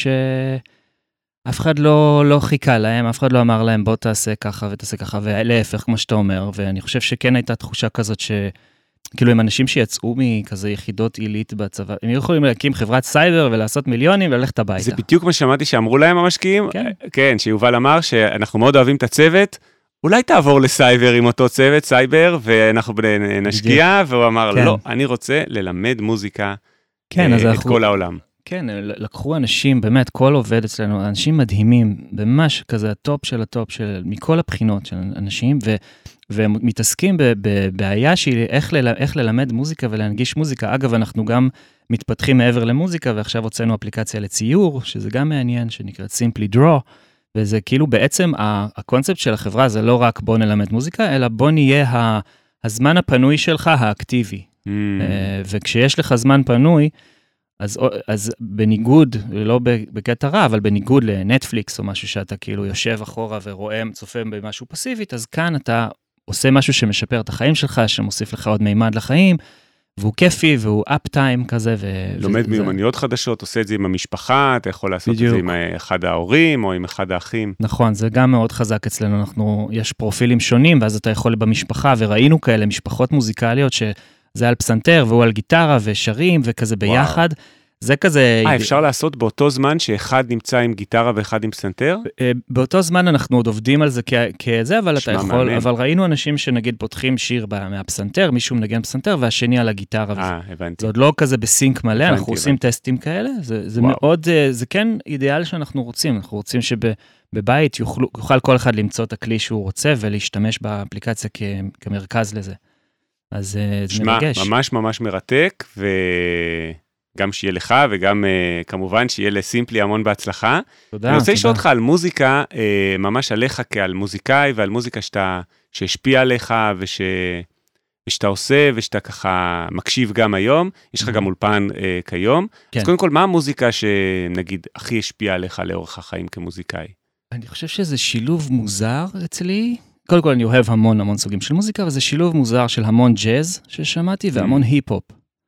שאף אחד לא חיכה להם, אף אחד לא אמר להם בוא תעשה ככה ותעשה ככה, ולהפך כמו שאתה אומר, ואני חושב שכן הייתה תחושה כזאת שכאילו הם אנשים שיצאו מכזה יחידות עילית בצבא, הם יכולים להקים חברת סייבר ולעשות מיליונים וללכת הביתה. זה בדיוק מה שמעתי שאמרו להם המשקיעים, כן, שיובל אמר שאנחנו מאוד אוהבים את הצוות, אולי תעבור לסייבר עם אותו צוות, סייבר, ואנחנו נשקיע, והוא אמר, לא, אני רוצה ללמד מוזיקה את כל העולם. כן, לקחו אנשים, באמת, כל עובד אצלנו, אנשים מדהימים, ממש כזה הטופ של הטופ של מכל הבחינות של אנשים, והם מתעסקים בבעיה שהיא איך ללמד מוזיקה ולהנגיש מוזיקה. אגב, אנחנו גם מתפתחים מעבר למוזיקה, ועכשיו הוצאנו אפליקציה לציור, שזה גם מעניין, שנקראת Simply Draw, וזה כאילו בעצם הקונספט של החברה, זה לא רק בוא נלמד מוזיקה, אלא בוא נהיה הזמן הפנוי שלך האקטיבי. וכשיש לך זמן פנוי, אז בניגוד, לא בקטע רע, אבל בניגוד לנטפליקס או משהו שאתה כאילו יושב אחורה ורואה, צופה במשהו פסיבית, אז כאן אתה עושה משהו שמשפר את החיים שלך, שמוסיף לך עוד מימד לחיים, והוא כיפי, והוא אפ-טיים כזה. לומד מיומנויות חדשות, עושה את זה עם המשפחה, אתה יכול לעשות את זה עם אחד ההורים, או עם אחד האחים. נכון, זה גם מאוד חזק אצלנו, יש פרופילים שונים, ואז אתה יכול במשפחה, וראינו כאלה משפחות מוזיקליות, שזה על פסנתר, והוא על גיטרה, ושרים, וכזה ביחד. זה כזה... אפשר לעשות באותו זמן שאחד נמצא עם גיטרה ואחד עם פסנתר? באותו זמן אנחנו עוד עובדים על זה כזה, אבל אתה יכול, אבל ראינו אנשים שנגיד פותחים שיר מהפסנתר, מישהו מנגן פסנתר, והשני על הגיטרה. הבנתי. זה עוד לא כזה בסינק מלא, אנחנו עושים טסטים כאלה, זה מאוד, זה כן אידיאל שאנחנו רוצים, אנחנו רוצים שבבית יוכל כל אחד למצוא את הכלי שהוא רוצה, ולהשתמש באפליקציה כמרכז לזה. אז זה מרגש. ממש ממש מרתק, גם שיהיה לך, וגם כמובן שיהיה לסימפלי המון בהצלחה. תודה. אני רוצה לשאול אותך על מוזיקה, ממש עליך כעל מוזיקאי, ועל מוזיקה שהשפיעה עליך, ושאתה עושה, ושאתה ככה מקשיב גם היום, יש לך גם אולפן כיום. כן. אז קודם כל, מה המוזיקה שנגיד הכי השפיעה עליך לאורך החיים כמוזיקאי? אני חושב שזה שילוב מוזר אצלי. קודם כל אני אוהב המון סוגים של מוזיקה, אבל זה שילוב מוזר של המון ג'אז ששמעתי, והמון היפ-הופ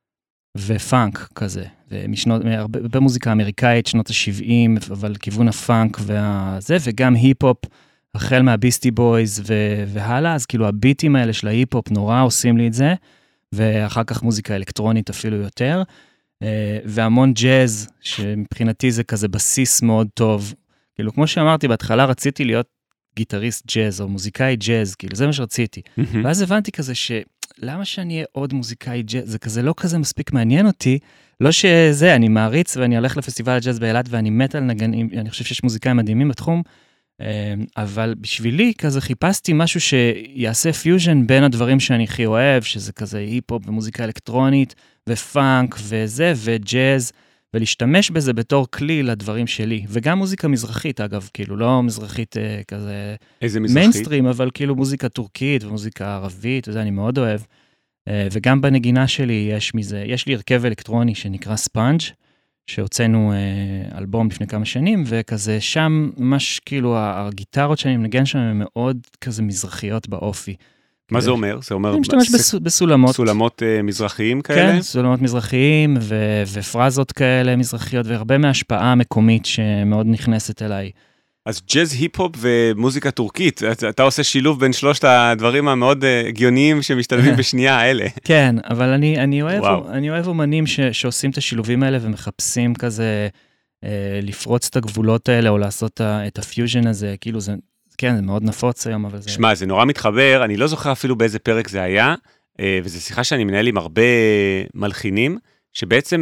ופאנק כזה. במוזיקה האמריקאית, שנות ה-70, אבל כיוון הפאנק וזה, וגם היפ-הופ, החל מהביסטי בויז והלאה, אז כאילו הביטים האלה של ההיפ-הופ נורא עושים לי את זה, ואחר כך מוזיקה אלקטרונית אפילו יותר, והמון ג'אז, שמבחינתי זה כזה בסיס מאוד טוב. כאילו, כמו שאמרתי, בהתחלה רציתי להיות גיטריסט ג'אז, או מוזיקאי ג'אז, כאילו, זה מה שרציתי. ואז הבנתי כזה למה שאני אהיה עוד מוזיקאי ג'אז? זה כזה לא כזה מספיק מעניין אותי, לא שזה, אני מעריץ ואני הולך לפסטיבל הג'אז באילת ואני מת על נגנים, אני חושב שיש מוזיקאים מדהימים בתחום, אבל בשבילי כזה חיפשתי משהו שיעשה פיוז'ן בין הדברים שאני הכי אוהב, שזה כזה היפ-הופ ומוזיקה אלקטרונית ופאנק וזה וג'אז, ולהשתמש בזה בתור כלי לדברים שלי. וגם מוזיקה מזרחית, אגב, כאילו לא מזרחית כזה מיינסטרים, אבל כאילו מוזיקה טורקית ומוזיקה ערבית, וזה אני מאוד אוהב. וגם בנגינה שלי יש מזה, יש לי הרכב אלקטרוני שנקרא ספאנג', שהוצאנו אלבום לפני כמה שנים, וכזה שם ממש כאילו הגיטרות שאני מנגן שם הן מאוד כזה מזרחיות באופי. מה זה אומר? זה אומר... אני משתמש בסולמות. סולמות מזרחיים כאלה? כן, סולמות מזרחיים ופרזות כאלה מזרחיות, והרבה מההשפעה המקומית שמאוד נכנסת אליי. אז ג'אז, היפ-הופ ומוזיקה טורקית, אתה עושה שילוב בין שלושת הדברים המאוד הגיוניים שמשתלבים בשנייה האלה. כן, אבל אני אוהב אומנים שעושים את השילובים האלה ומחפשים כזה לפרוץ את הגבולות האלה, או לעשות את הפיוז'ן הזה, כאילו זה... כן, זה מאוד נפוץ היום, אבל זה... שמע, זה נורא מתחבר, אני לא זוכר אפילו באיזה פרק זה היה, וזו שיחה שאני מנהל עם הרבה מלחינים, שבעצם,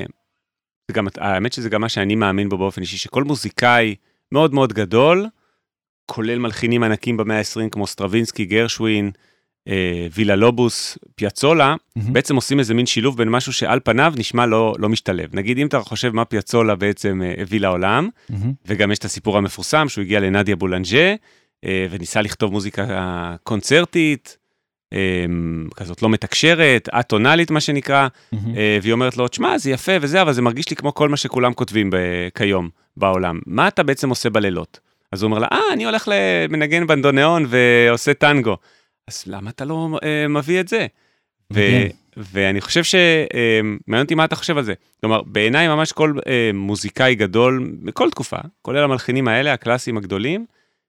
האמת שזה גם מה שאני מאמין בו באופן אישי, שכל מוזיקאי מאוד מאוד גדול, כולל מלחינים ענקים במאה ה-20, כמו סטרווינסקי, גרשווין, וילה לובוס, פיאצולה, בעצם עושים איזה מין שילוב בין משהו שעל פניו נשמע לא משתלב. נגיד, אם אתה חושב מה פיאצולה בעצם הביא לעולם, וגם יש את הסיפור המפורסם, שהוא הגיע לנדיה בולנג'ה, וניסה לכתוב מוזיקה קונצרטית, כזאת לא מתקשרת, אטונלית מה שנקרא, והיא אומרת לו, תשמע, זה יפה וזה, אבל זה מרגיש לי כמו כל מה שכולם כותבים כיום בעולם. מה אתה בעצם עושה בלילות? אז הוא אומר לה, אני הולך למנגן בנדונאון ועושה טנגו. אז למה אתה לא מביא את זה? ואני חושב מעניין אותי מה אתה חושב על זה. כלומר, בעיניי ממש כל מוזיקאי גדול, בכל תקופה, כולל המלחינים האלה, הקלאסיים הגדולים,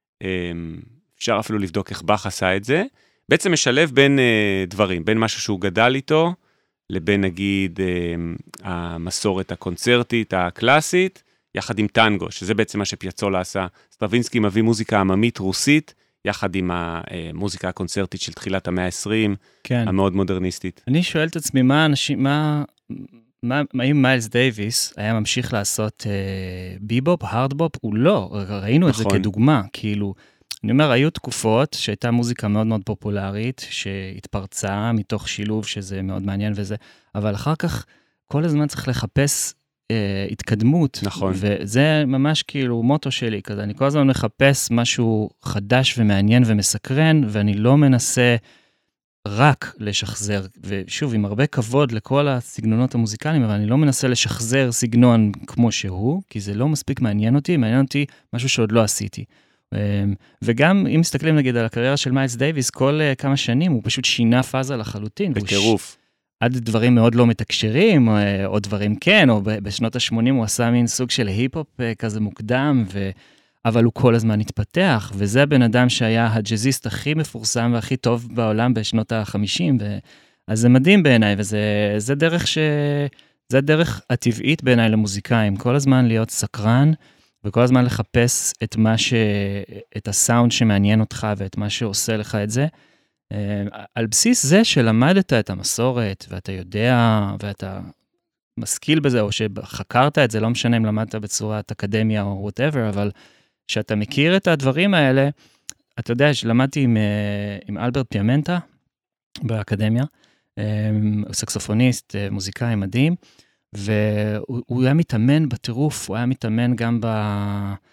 אפשר אפילו לבדוק איך באך עשה את זה, בעצם משלב בין דברים, בין משהו שהוא גדל איתו, לבין נגיד המסורת הקונצרטית, הקלאסית, יחד עם טנגו, שזה בעצם מה שפיאצולה עשה. סטרווינסקי מביא מוזיקה עממית רוסית, יחד עם המוזיקה הקונצרטית של תחילת המאה ה-20, כן. המאוד מודרניסטית. אני שואל את עצמי, אם מיילס דייביס היה ממשיך לעשות ביבופ, הארדבופ? הוא לא, ראינו את זה כדוגמה, כאילו, אני אומר, היו תקופות שהייתה מוזיקה מאוד מאוד פופולרית, שהתפרצה מתוך שילוב שזה מאוד מעניין וזה, אבל אחר כך כל הזמן צריך לחפש התקדמות, נכון. וזה ממש כאילו מוטו שלי, כזה, אני כל הזמן מחפש משהו חדש ומעניין ומסקרן, ואני לא מנסה רק לשחזר, ושוב, עם הרבה כבוד לכל הסגנונות המוזיקליים, אבל אני לא מנסה לשחזר סגנון כמו שהוא, כי זה לא מספיק מעניין אותי משהו שעוד לא עשיתי. וגם אם מסתכלים נגיד על הקריירה של מיילס דייביס, כל כמה שנים הוא פשוט שינה פאזה לחלוטין. בטירוף. עד דברים מאוד לא מתקשרים, או דברים כן, או בשנות ה-80 הוא עשה מין סוג של היפ-הופ כזה מוקדם, אבל הוא כל הזמן התפתח, וזה הבן אדם שהיה הג'אזיסט הכי מפורסם והכי טוב בעולם בשנות ה-50, אז זה מדהים בעיניי, וזה דרך הטבעית בעיניי למוזיקאים, כל הזמן להיות סקרן, וכל הזמן לחפש את הסאונד שמעניין אותך, ואת מה שעושה לך את זה, על בסיס זה שלמדת את המסורת, ואתה יודע, ואתה משכיל בזה, או שחקרת את זה, לא משנה אם למדת בצורת אקדמיה או whatever, אבל שאתה מכיר את הדברים האלה, אתה יודע שלמדתי עם אלברט פיאמנטה באקדמיה, הוא סקסופוניסט, מוזיקאי מדהים, והוא היה מתאמן בטירוף, הוא היה מתאמן גם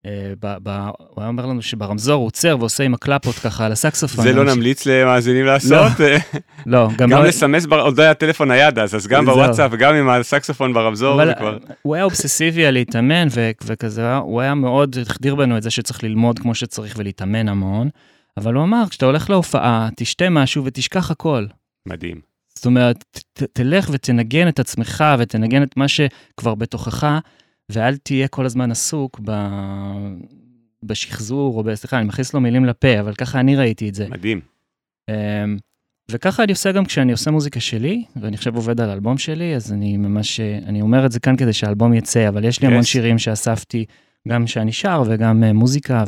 הוא היה אומר לנו שברמזור הוא עוצר ועושה עם הקלפות ככה על הסקסופון. זה לא נמליץ למאזינים לעשות? לא, גם לסמס, עוד לא היה טלפון היד אז גם בוואטסאפ וגם עם הסקסופון ברמזור. הוא היה אובססיבי על להתאמן וכזה, הוא היה מאוד, החדיר בנו את זה שצריך ללמוד כמו שצריך ולהתאמן המון, אבל הוא אמר, כשאתה הולך להופעה, תשתה משהו ותשכח הכל. מדהים. זאת אומרת, תלך ותנגן את עצמך ותנגן את מה שכבר בתוכך, ואל תהיה כל הזמן עסוק בשחזור, או סליחה, אני מכניס לו מילים לפה, אבל ככה אני ראיתי את זה. מדהים. וככה אני עושה גם כשאני עושה מוזיקה שלי, ואני חושב עובד על האלבום שלי, אז אני ממש, אני אומר את זה כאן כדי שהאלבום יצא, אבל יש לי המון שירים שאספתי, גם שאני שר וגם מוזיקה,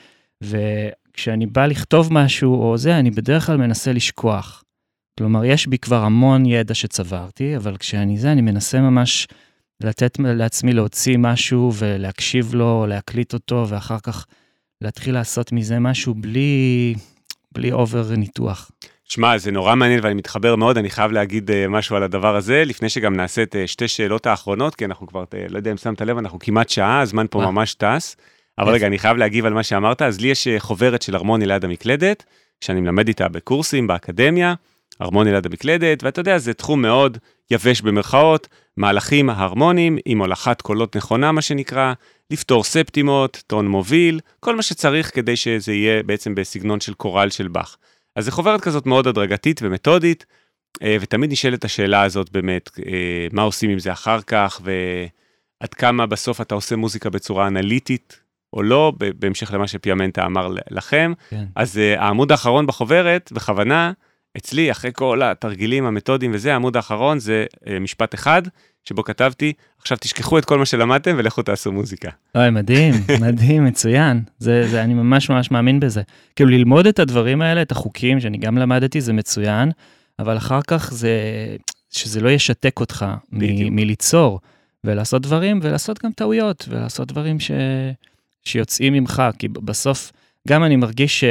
וכשאני בא לכתוב משהו או זה, אני בדרך כלל מנסה לשכוח. כלומר, יש בי כבר המון ידע שצברתי, אבל כשאני זה, אני מנסה ממש לתת לעצמי להוציא משהו ולהקשיב לו, להקליט אותו, ואחר כך להתחיל לעשות מזה משהו בלי אובר ניתוח. שמע, זה נורא מעניין ואני מתחבר מאוד, אני חייב להגיד משהו על הדבר הזה, לפני שגם נעשה את שתי שאלות האחרונות, כי אנחנו כבר, לא יודע אם שמת לב, אנחנו כמעט שעה, הזמן פה ממש טס, אבל רגע, אני חייב להגיב על מה שאמרת, אז לי יש חוברת של הרמוני ליד המקלדת, שאני מלמד איתה בקורסים, באקדמיה, הרמוני ליד המקלדת, ואתה יודע, זה תחום מאוד יבש במרכאות, מהלכים ההרמונים, עם הולכת קולות נכונה, מה שנקרא, לפתור ספטימות, טון מוביל, כל מה שצריך כדי שזה יהיה בעצם בסגנון של קורל של באך. אז זה חוברת כזאת מאוד הדרגתית ומתודית, ותמיד נשאלת השאלה הזאת באמת, מה עושים עם זה אחר כך, ועד כמה בסוף אתה עושה מוזיקה בצורה אנליטית, או לא, בהמשך למה שפיאמנטה אמר לכם. כן. אז העמוד האחרון בחוברת, בכוונה, אצלי, אחרי כל התרגילים המתודיים וזה, העמוד האחרון זה משפט אחד, שבו כתבתי, עכשיו תשכחו את כל מה שלמדתם ולכו תעשו מוזיקה. אוי, מדהים, מדהים, מצוין. אני ממש ממש מאמין בזה. כאילו ללמוד את הדברים האלה, את החוקים שאני גם למדתי, זה מצוין, אבל אחר כך שזה לא ישתק אותך מליצור, ולעשות דברים, ולעשות גם טעויות, ולעשות דברים שיוצאים ממך, כי בסוף גם אני מרגיש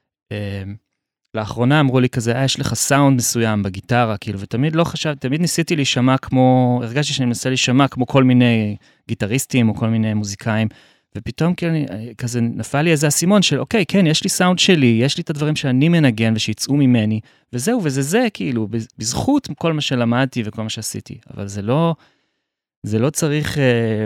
לאחרונה אמרו לי כזה, יש לך סאונד מסוים בגיטרה, כאילו, ותמיד לא חשבתי, תמיד ניסיתי להישמע כמו, הרגשתי שאני מנסה להישמע כמו כל מיני גיטריסטים או כל מיני מוזיקאים, ופתאום כזה נפל לי איזה אסימון של, אוקיי, כן, יש לי סאונד שלי, יש לי את הדברים שאני מנגן ושיצאו ממני, וזהו, וזה כאילו, בזכות כל מה שלמדתי וכל מה שעשיתי, אבל זה לא צריך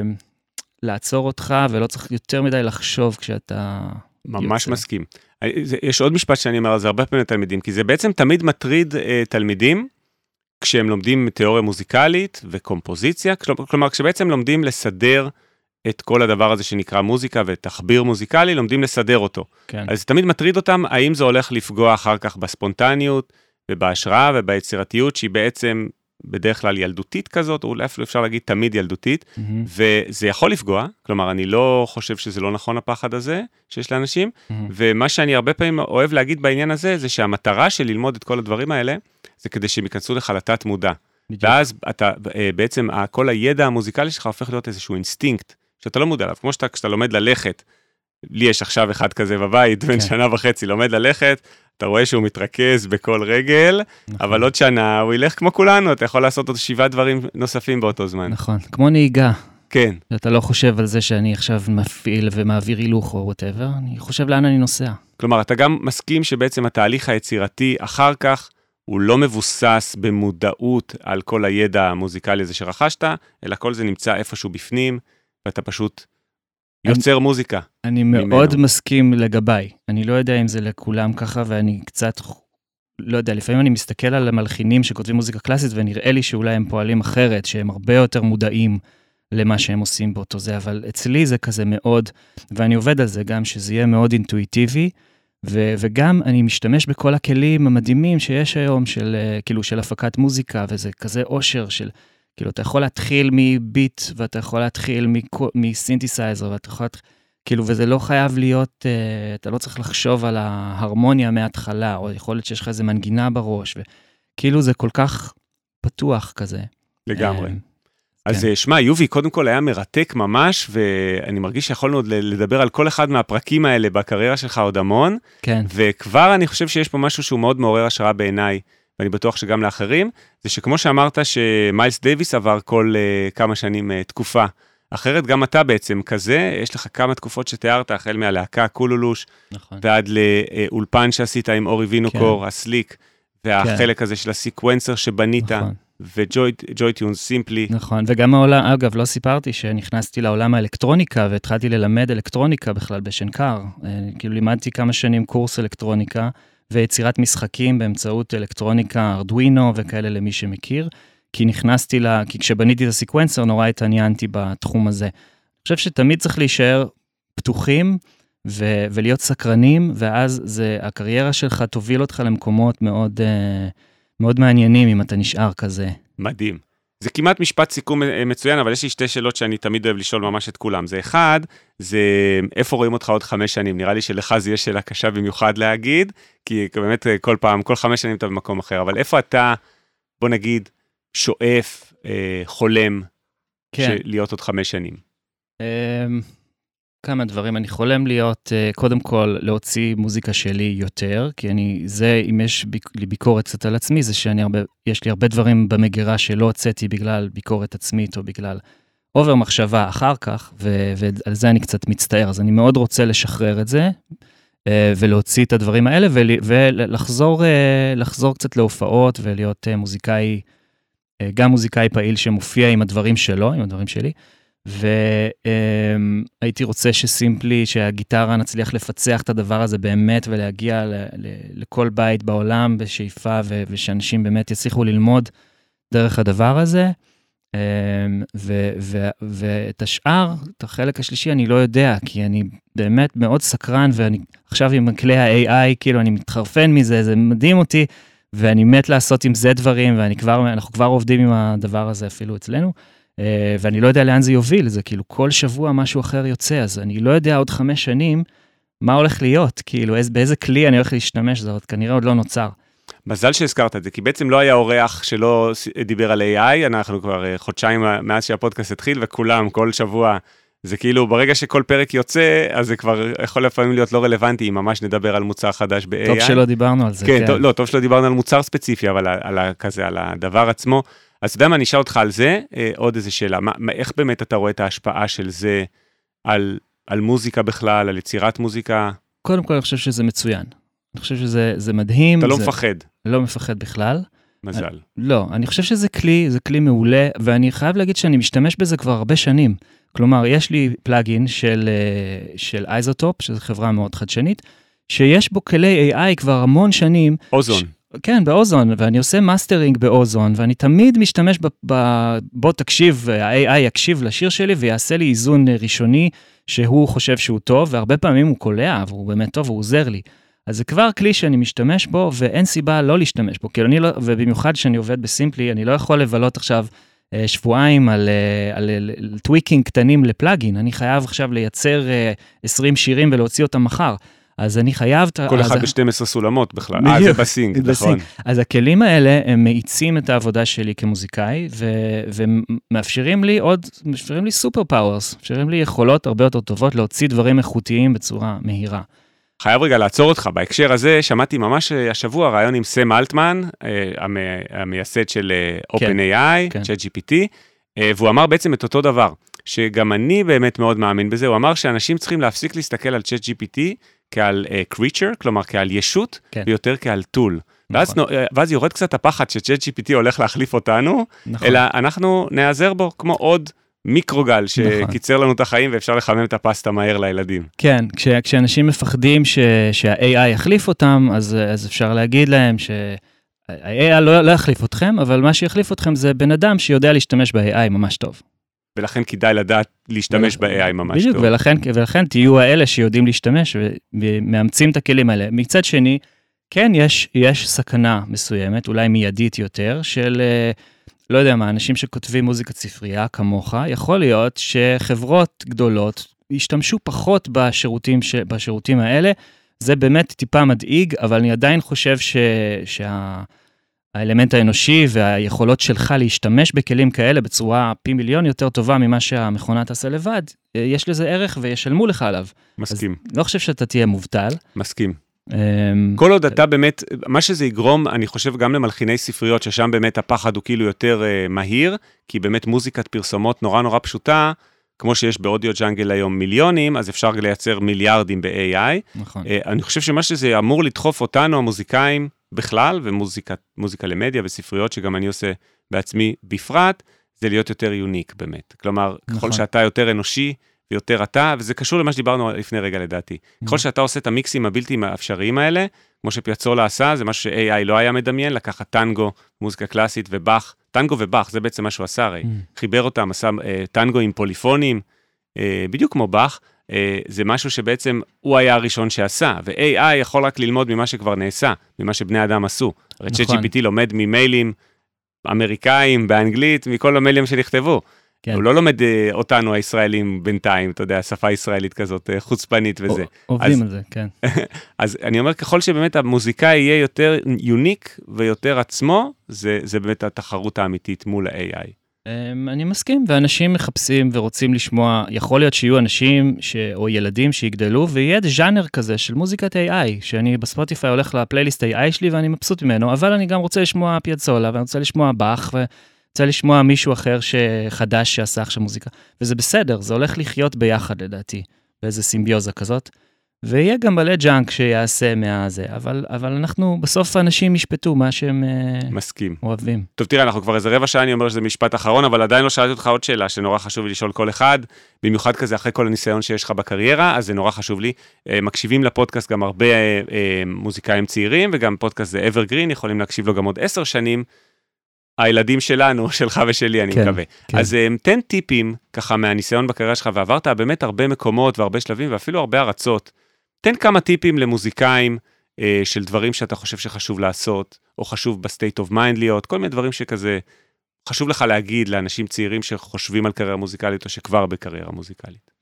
לעצור אותך, ולא צריך יותר מדי לחשוב כשאתה ממש מסכים. יש עוד משפט שאני אומר על זה הרבה פעמים לתלמידים, כי זה בעצם תמיד מטריד תלמידים, כשהם לומדים תיאוריה מוזיקלית וקומפוזיציה, כלומר, כשבעצם לומדים לסדר את כל הדבר הזה שנקרא מוזיקה ותחביר מוזיקלי, לומדים לסדר אותו. כן. אז זה תמיד מטריד אותם, האם זה הולך לפגוע אחר כך בספונטניות, ובהשראה וביצירתיות, שהיא בעצם בדרך כלל ילדותית כזאת, או אולי אפשר להגיד תמיד ילדותית, וזה יכול לפגוע, כלומר, אני לא חושב שזה לא נכון הפחד הזה, שיש לאנשים, ומה שאני הרבה פעמים אוהב להגיד בעניין הזה, זה שהמטרה של ללמוד את כל הדברים האלה, זה כדי שהם ייכנסו לך לתת מודע. ואז אתה, בעצם, כל הידע המוזיקלי שלך הופך להיות איזשהו אינסטינקט, שאתה לא מודע עליו, כמו כשאתה לומד ללכת, לי יש עכשיו אחד כזה בבית, בן שנה וחצי, לומד ללכת, אתה רואה שהוא מתרכז בכל רגל, אבל עוד שנה הוא ילך כמו כולנו, אתה יכול לעשות עוד 7 דברים נוספים באותו זמן. נכון, כמו נהיגה. כן. אתה לא חושב על זה שאני עכשיו מפעיל ומעביר הילוך או whatever, אני חושב לאן אני נוסע. כלומר, אתה גם מסכים שבעצם התהליך היצירתי אחר כך, הוא לא מבוסס במודעות על כל הידע המוזיקלי הזה שרכשת, אלא כל זה נמצא איפשהו בפנים, ואתה פשוט יוצר מוזיקה. אני מאוד מסכים לגביי. אני לא יודע אם זה לכולם ככה, ואני קצת, לא יודע, לפעמים אני מסתכל על המלחינים שכותבים מוזיקה קלאסית, ונראה לי שאולי הם פועלים אחרת, שהם הרבה יותר מודעים למה שהם עושים באותו זה, אבל אצלי זה כזה מאוד, ואני עובד על זה גם, שזה יהיה מאוד אינטואיטיבי, וגם אני משתמש בכל הכלים המדהימים שיש היום, כאילו של הפקת מוזיקה, וזה כזה אושר של, כאילו, אתה יכול להתחיל מביט, ואתה יכול להתחיל מסינתסייזר, ואתה יכול, כאילו, וזה לא חייב להיות, אתה לא צריך לחשוב על ההרמוניה מההתחלה, או יכול להיות שיש לך איזה מנגינה בראש, וכאילו זה כל כך פתוח כזה. לגמרי. אז שמע, יובי, קודם כל היה מרתק ממש, ואני מרגיש שיכולנו עוד לדבר על כל אחד מהפרקים האלה בקריירה שלך עוד המון, כן. וכבר אני חושב שיש פה משהו שהוא מאוד מעורר השראה בעיניי, ואני בטוח שגם לאחרים, זה שכמו שאמרת שמיילס דייביס עבר כל כמה שנים תקופה, אחרת גם אתה בעצם כזה, יש לך כמה תקופות שתיארת, החל מהלהקה קולולוש, נכון. ועד לאולפן שעשית עם אורי וינוקור, הסליק, והחלק הזה של הסיקוונסר שבנית, וג'וי טיונס סימפלי. נכון, וגם העולם, אגב, לא סיפרתי שנכנסתי לעולם האלקטרוניקה, והתחלתי ללמד אלקטרוניקה בכלל בשנקר. כאילו לימדתי כמה שנים קורס אלקטרוניקה, ויצירת משחקים באמצעות אלקטרוניקה, ארדואינו וכאלה למי שמכיר, כי נכנסתי כי כשבניתי את הסיקוונסר, נורא התעניינתי בתחום הזה. אני חושב שתמיד צריך להישאר פתוחים, ולהיות סקרנים, ואז הקריירה שלך תוביל אותך למקומות מאוד, מאוד מעניינים אם אתה נשאר כזה. מדהים. זה כמעט משפט סיכום מצוין, אבל יש לי שתי שאלות שאני תמיד אוהב לשאול ממש את כולם. זה אחד, זה איפה רואים אותך עוד 5 שנים? נראה לי שלך זה יהיה שאלה קשה במיוחד להגיד, כי באמת כל פעם, כל 5 שנים אתה במקום אחר, אבל איפה אתה, בוא נגיד, שואף, חולם, כן. להיות עוד 5 שנים? כמה דברים, אני חולם להיות, קודם כל, להוציא מוזיקה שלי יותר, כי אם יש לי ביקורת קצת על עצמי, זה יש לי הרבה דברים במגירה שלא הוצאתי בגלל ביקורת עצמית, או בגלל אובר מחשבה אחר כך, ועל זה אני קצת מצטער, אז אני מאוד רוצה לשחרר את זה, ולהוציא את הדברים האלה, ולחזור קצת להופעות, ולהיות מוזיקאי, גם מוזיקאי פעיל שמופיע עם הדברים שלו, עם הדברים שלי, והייתי רוצה שסימפלי, שהגיטרה נצליח לפצח את הדבר הזה באמת, ולהגיע לכל בית בעולם בשאיפה, ושאנשים באמת יצליחו ללמוד דרך הדבר הזה, ואת השאר, את החלק השלישי, אני לא יודע, כי אני באמת מאוד סקרן, ואני עכשיו עם כלי ה-AI, כאילו אני מתחרפן מזה, זה מדהים אותי, ואני מת לעשות עם זה דברים, ואנחנו כבר עובדים עם הדבר הזה אפילו אצלנו, ואני לא יודע לאן זה יוביל, זה כאילו כל שבוע משהו אחר יוצא, אז אני לא יודע עוד 5 שנים מה הולך להיות, כאילו באיזה כלי אני הולך להשתמש, זה כנראה עוד לא נוצר. מזל שהזכרת את זה, כי בעצם לא היה אורח שלא דיבר על AI, אנחנו כבר חודשיים מאז שהפודקאסט התחיל, וכולם כל שבוע, זה כאילו ברגע שכל פרק יוצא, אז זה כבר יכול לפעמים להיות לא רלוונטי, אם ממש נדבר על מוצר חדש ב-AI. טוב שלא דיברנו על זה. כן, טוב שלא דיברנו על מוצר ספציפי, אבל על הדבר עצמו. אז אתה יודע מה, אני אשאל אותך על זה, עוד איזו שאלה, איך באמת אתה רואה את ההשפעה של זה על מוזיקה בכלל, על יצירת מוזיקה? קודם כל אני חושב שזה מצוין. אני חושב שזה מדהים. אתה לא מפחד? לא מפחד בכלל. מזל. לא, אני חושב שזה כלי מעולה, ואני חייב להגיד שאני משתמש בזה כבר הרבה שנים. כלומר, יש לי פלאגין של איזוטופ, שזו חברה מאוד חדשנית, שיש בו כלי AI כבר המון שנים. אוזון. כן, באוזון, ואני עושה מאסטרינג באוזון, ואני תמיד משתמש בוא תקשיב, ה-AI יקשיב לשיר שלי, ויעשה לי איזון ראשוני, שהוא חושב שהוא טוב, והרבה פעמים הוא קולע, והוא באמת טוב, והוא עוזר לי. אז זה כבר כלי שאני משתמש בו, ואין סיבה לא להשתמש בו, כי אני לא, ובמיוחד שאני עובד בסימפלי, אני לא יכול לבלות עכשיו שבועיים על טוויקינג קטנים לפלאגין, אני חייב עכשיו לייצר 20 שירים ולהוציא אותם מחר. אז אני חייב... כל אחד ב-12 סולמות בכלל. זה בסינג, נכון. אז הכלים האלה, הם מאיצים את העבודה שלי כמוזיקאי, ומאפשרים לי סופר פאוורס, מאפשרים לי יכולות הרבה יותר טובות, להוציא דברים איכותיים בצורה מהירה. חייב רגע לעצור אותך. בהקשר הזה, שמעתי ממש השבוע רעיון עם סם אלטמן, המייסד של OpenAI, ChatGPT, והוא אמר בעצם את אותו דבר, שגם אני באמת מאוד מאמין בזה, הוא אמר שאנשים צריכים להפסיק להסתכל על ChatGPT, כעל creature, כלומר כעל ישות, ויותר כעל טול. ואז יורד קצת הפחד ש-ChatGPT הולך להחליף אותנו, אלא אנחנו נעזר בו כמו עוד מיקרוגל שקיצר לנו את החיים, ואפשר לחמם את הפסטה מהר לילדים. כן, כשאנשים מפחדים שה-AI יחליף אותם, אז אפשר להגיד להם שה-AI לא יחליף אתכם, אבל מה שיחליף אתכם זה בן אדם שיודע להשתמש ב-AI ממש טוב. ולכן כדאי לדעת להשתמש ב-AI ממש טוב. בדיוק, ולכן תהיו האלה שיודעים להשתמש ומאמצים את הכלים האלה. מצד שני, כן, יש סכנה מסוימת, אולי מיידית יותר, של, לא יודע מה, אנשים שכותבים מוזיקת ספרייה כמוך, יכול להיות שחברות גדולות ישתמשו פחות בשירותים האלה, זה באמת טיפה מדאיג, אבל אני עדיין חושב האלמנט האנושי והיכולות שלך להשתמש בכלים כאלה בצורה פי מיליון יותר טובה ממה שהמכונה תעשה לבד, יש לזה ערך וישלמו לך עליו. מסכים. אז לא חושב שאתה תהיה מובטל. מסכים. כל עוד אתה באמת, מה שזה יגרום, אני חושב גם למלחיני ספריות, ששם באמת הפחד הוא כאילו יותר מהיר, כי באמת מוזיקת פרסומות נורא נורא פשוטה, כמו שיש באודיו ג'אנגל היום מיליונים, אז אפשר לייצר מיליארדים ב-AI. נכון. אני חושב שמה שזה אמור לדחוף אותנו, המוזיקאים בכלל, ומוזיקה למדיה וספריות, שגם אני עושה בעצמי בפרט, זה להיות יותר יוניק באמת. כלומר, ככל שאתה יותר אנושי, ויותר אתה, וזה קשור למה שדיברנו לפני רגע לדעתי. ככל שאתה עושה את המיקסים הבלתי האפשריים האלה, כמו שפיאצולה עשה, זה משהו ש-AI לא היה מדמיין, לקחת טנגו, מוזיקה קלאסית ובח, טנגו ובח, זה בעצם מה שהוא עשה הרי. חיבר אותם, עשה טנגו עם פוליפונים, בדיוק כמו בח, זה משהו שבעצם הוא היה הראשון שעשה, ו-AI יכול רק ללמוד ממה שכבר נעשה, ממה שבני אדם עשו. הרי ChatGPT לומד ממיילים אמריקאים, באנגלית, מכל המיילים שנכתבו. כן. הוא לא לומד אותנו הישראלים בינתיים, אתה יודע, שפה ישראלית כזאת, חוצפנית וזה. עובדים על זה, כן. אז אני אומר, ככל שבאמת המוזיקאי יהיה יותר יוניק ויותר עצמו, זה באמת התחרות האמיתית מול ה-AI. אני מסכים, ואנשים מחפשים ורוצים לשמוע, יכול להיות שיהיו אנשים או ילדים שיגדלו, ויהיה ז'אנר כזה של מוזיקת AI, שאני בספוטיפיי הולך לפלייליסט AI שלי ואני מבסוט ממנו, אבל אני גם רוצה לשמוע פיאצולה, ואני רוצה לשמוע באך, רוצה לשמוע מישהו אחר שחדש שעשה עכשיו מוזיקה, וזה בסדר, זה הולך לחיות ביחד לדעתי, באיזה סימביוזה כזאת, ויהיה גם מלא ג'אנק שיעשה מהזה, אבל אנחנו, בסוף האנשים ישפטו מה שהם מסכים. אוהבים. טוב, תראה, אנחנו כבר איזה רבע שעה, אני אומר שזה משפט אחרון, אבל עדיין לא שאלתי אותך עוד שאלה, שנורא חשוב לי לשאול כל אחד, במיוחד כזה אחרי כל הניסיון שיש לך בקריירה, אז זה נורא חשוב לי. מקשיבים לפודקאסט גם הרבה מוזיקאים צעירים, וגם פודקאסט זה Evergreen, יכולים להקשיב לו גם עוד 10 שנים, הילדים שלנו, שלך ושלי, אני מקווה. אז תן טיפים, ככה, מהניסיון בקריירה שלך, ועברת באמת הרבה מקומות והרבה שלבים, ואפילו הרבה ארצות. תן כמה טיפים למוזיקאים של דברים שאתה חושב שחשוב לעשות, או חשוב בסטייט אוף מיינד להיות, כל מיני דברים שכזה חשוב לך להגיד לאנשים צעירים שחושבים על קריירה מוזיקלית, או שכבר בקריירה מוזיקלית.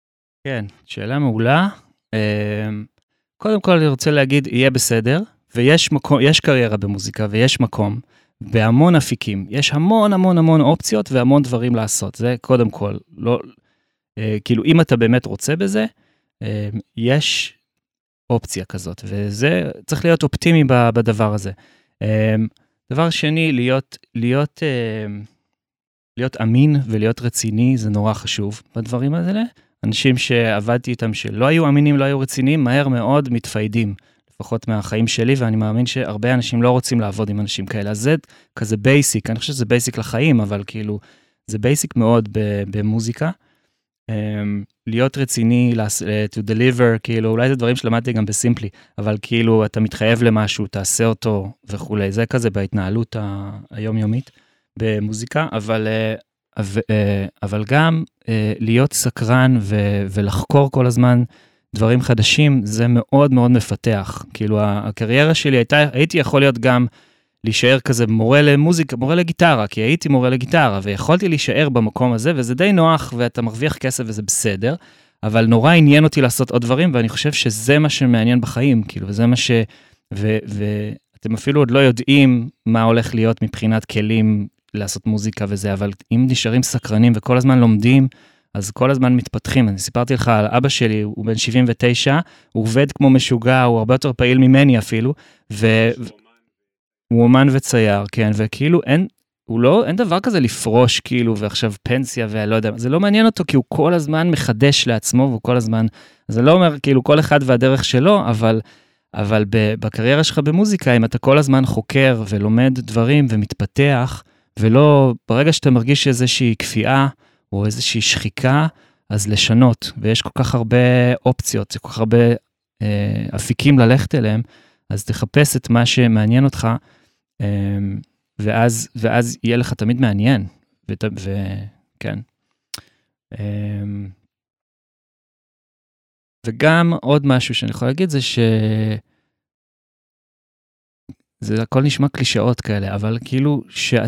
כן, שאלה מעולה. קודם כל אני רוצה להגיד, יהיה בסדר, ויש מקום, יש קריירה במוזיקה, ויש מקום, בהמון אפיקים. יש המון המון המון אופציות, והמון דברים לעשות. זה קודם כל, לא, כאילו אם אתה באמת רוצה בזה, יש אופציה כזאת, וזה צריך להיות אופטימי בדבר הזה. דבר שני, להיות אמין ולהיות רציני, זה נורא חשוב בדברים האלה. אנשים שעבדתי איתם שלא היו אמינים, לא היו רציניים, מהר מאוד מתפיידים, לפחות מהחיים שלי, ואני מאמין שהרבה אנשים לא רוצים לעבוד עם אנשים כאלה. אז זה כזה בייסיק, אני חושב שזה בייסיק לחיים, אבל כאילו, זה בייסיק מאוד במוזיקה. להיות רציני, to deliver, כאילו, אולי זה דברים שלמדתי גם בסימפלי, אבל כאילו, אתה מתחייב למשהו, תעשה אותו וכולי, זה כזה בהתנהלות היומיומית במוזיקה, אבל גם להיות סקרן ולחקור כל הזמן דברים חדשים, זה מאוד מאוד מפתח. כאילו, הקריירה שלי הייתי יכול להיות גם להישאר כזה מורה למוזיקה, מורה לגיטרה, כי הייתי מורה לגיטרה, ויכולתי להישאר במקום הזה, וזה די נוח, ואתה מרוויח כסף וזה בסדר, אבל נורא עניין אותי לעשות עוד דברים, ואני חושב שזה מה שמעניין בחיים, כאילו, וזה מה ואתם אפילו עוד לא יודעים מה הולך להיות מבחינת כלים לעשות מוזיקה וזה, אבל אם נשארים סקרנים וכל הזמן לומדים, אז כל הזמן מתפתחים. אני סיפרתי לך על אבא שלי, הוא בן 79, הוא עובד כמו משוגע, הוא הרבה יותר פעיל ממני אפילו, הוא אומן וצייר, כן, וכאילו אין דבר כזה לפרוש, כאילו, ועכשיו פנסיה, ולא יודע, זה לא מעניין אותו, כי הוא כל הזמן מחדש לעצמו, והוא כל הזמן, זה לא אומר, כאילו, כל אחד והדרך שלו, אבל בקריירה שלך במוזיקה, אם אתה כל הזמן חוקר ולומד דברים ומתפתח, ולא, ברגע שאתה מרגיש איזושהי כפייה, או איזושהי שחיקה, אז לשנות, ויש כל כך הרבה אופציות, כל כך הרבה אפיקים ללכת אליהם, אז תחפש את מה שמעניין אותך, ואז יהיה לך תמיד מעניין, וכן. וגם עוד משהו שאני יכול להגיד, זה זה הכל נשמע קלישאות כאלה, אבל כאילו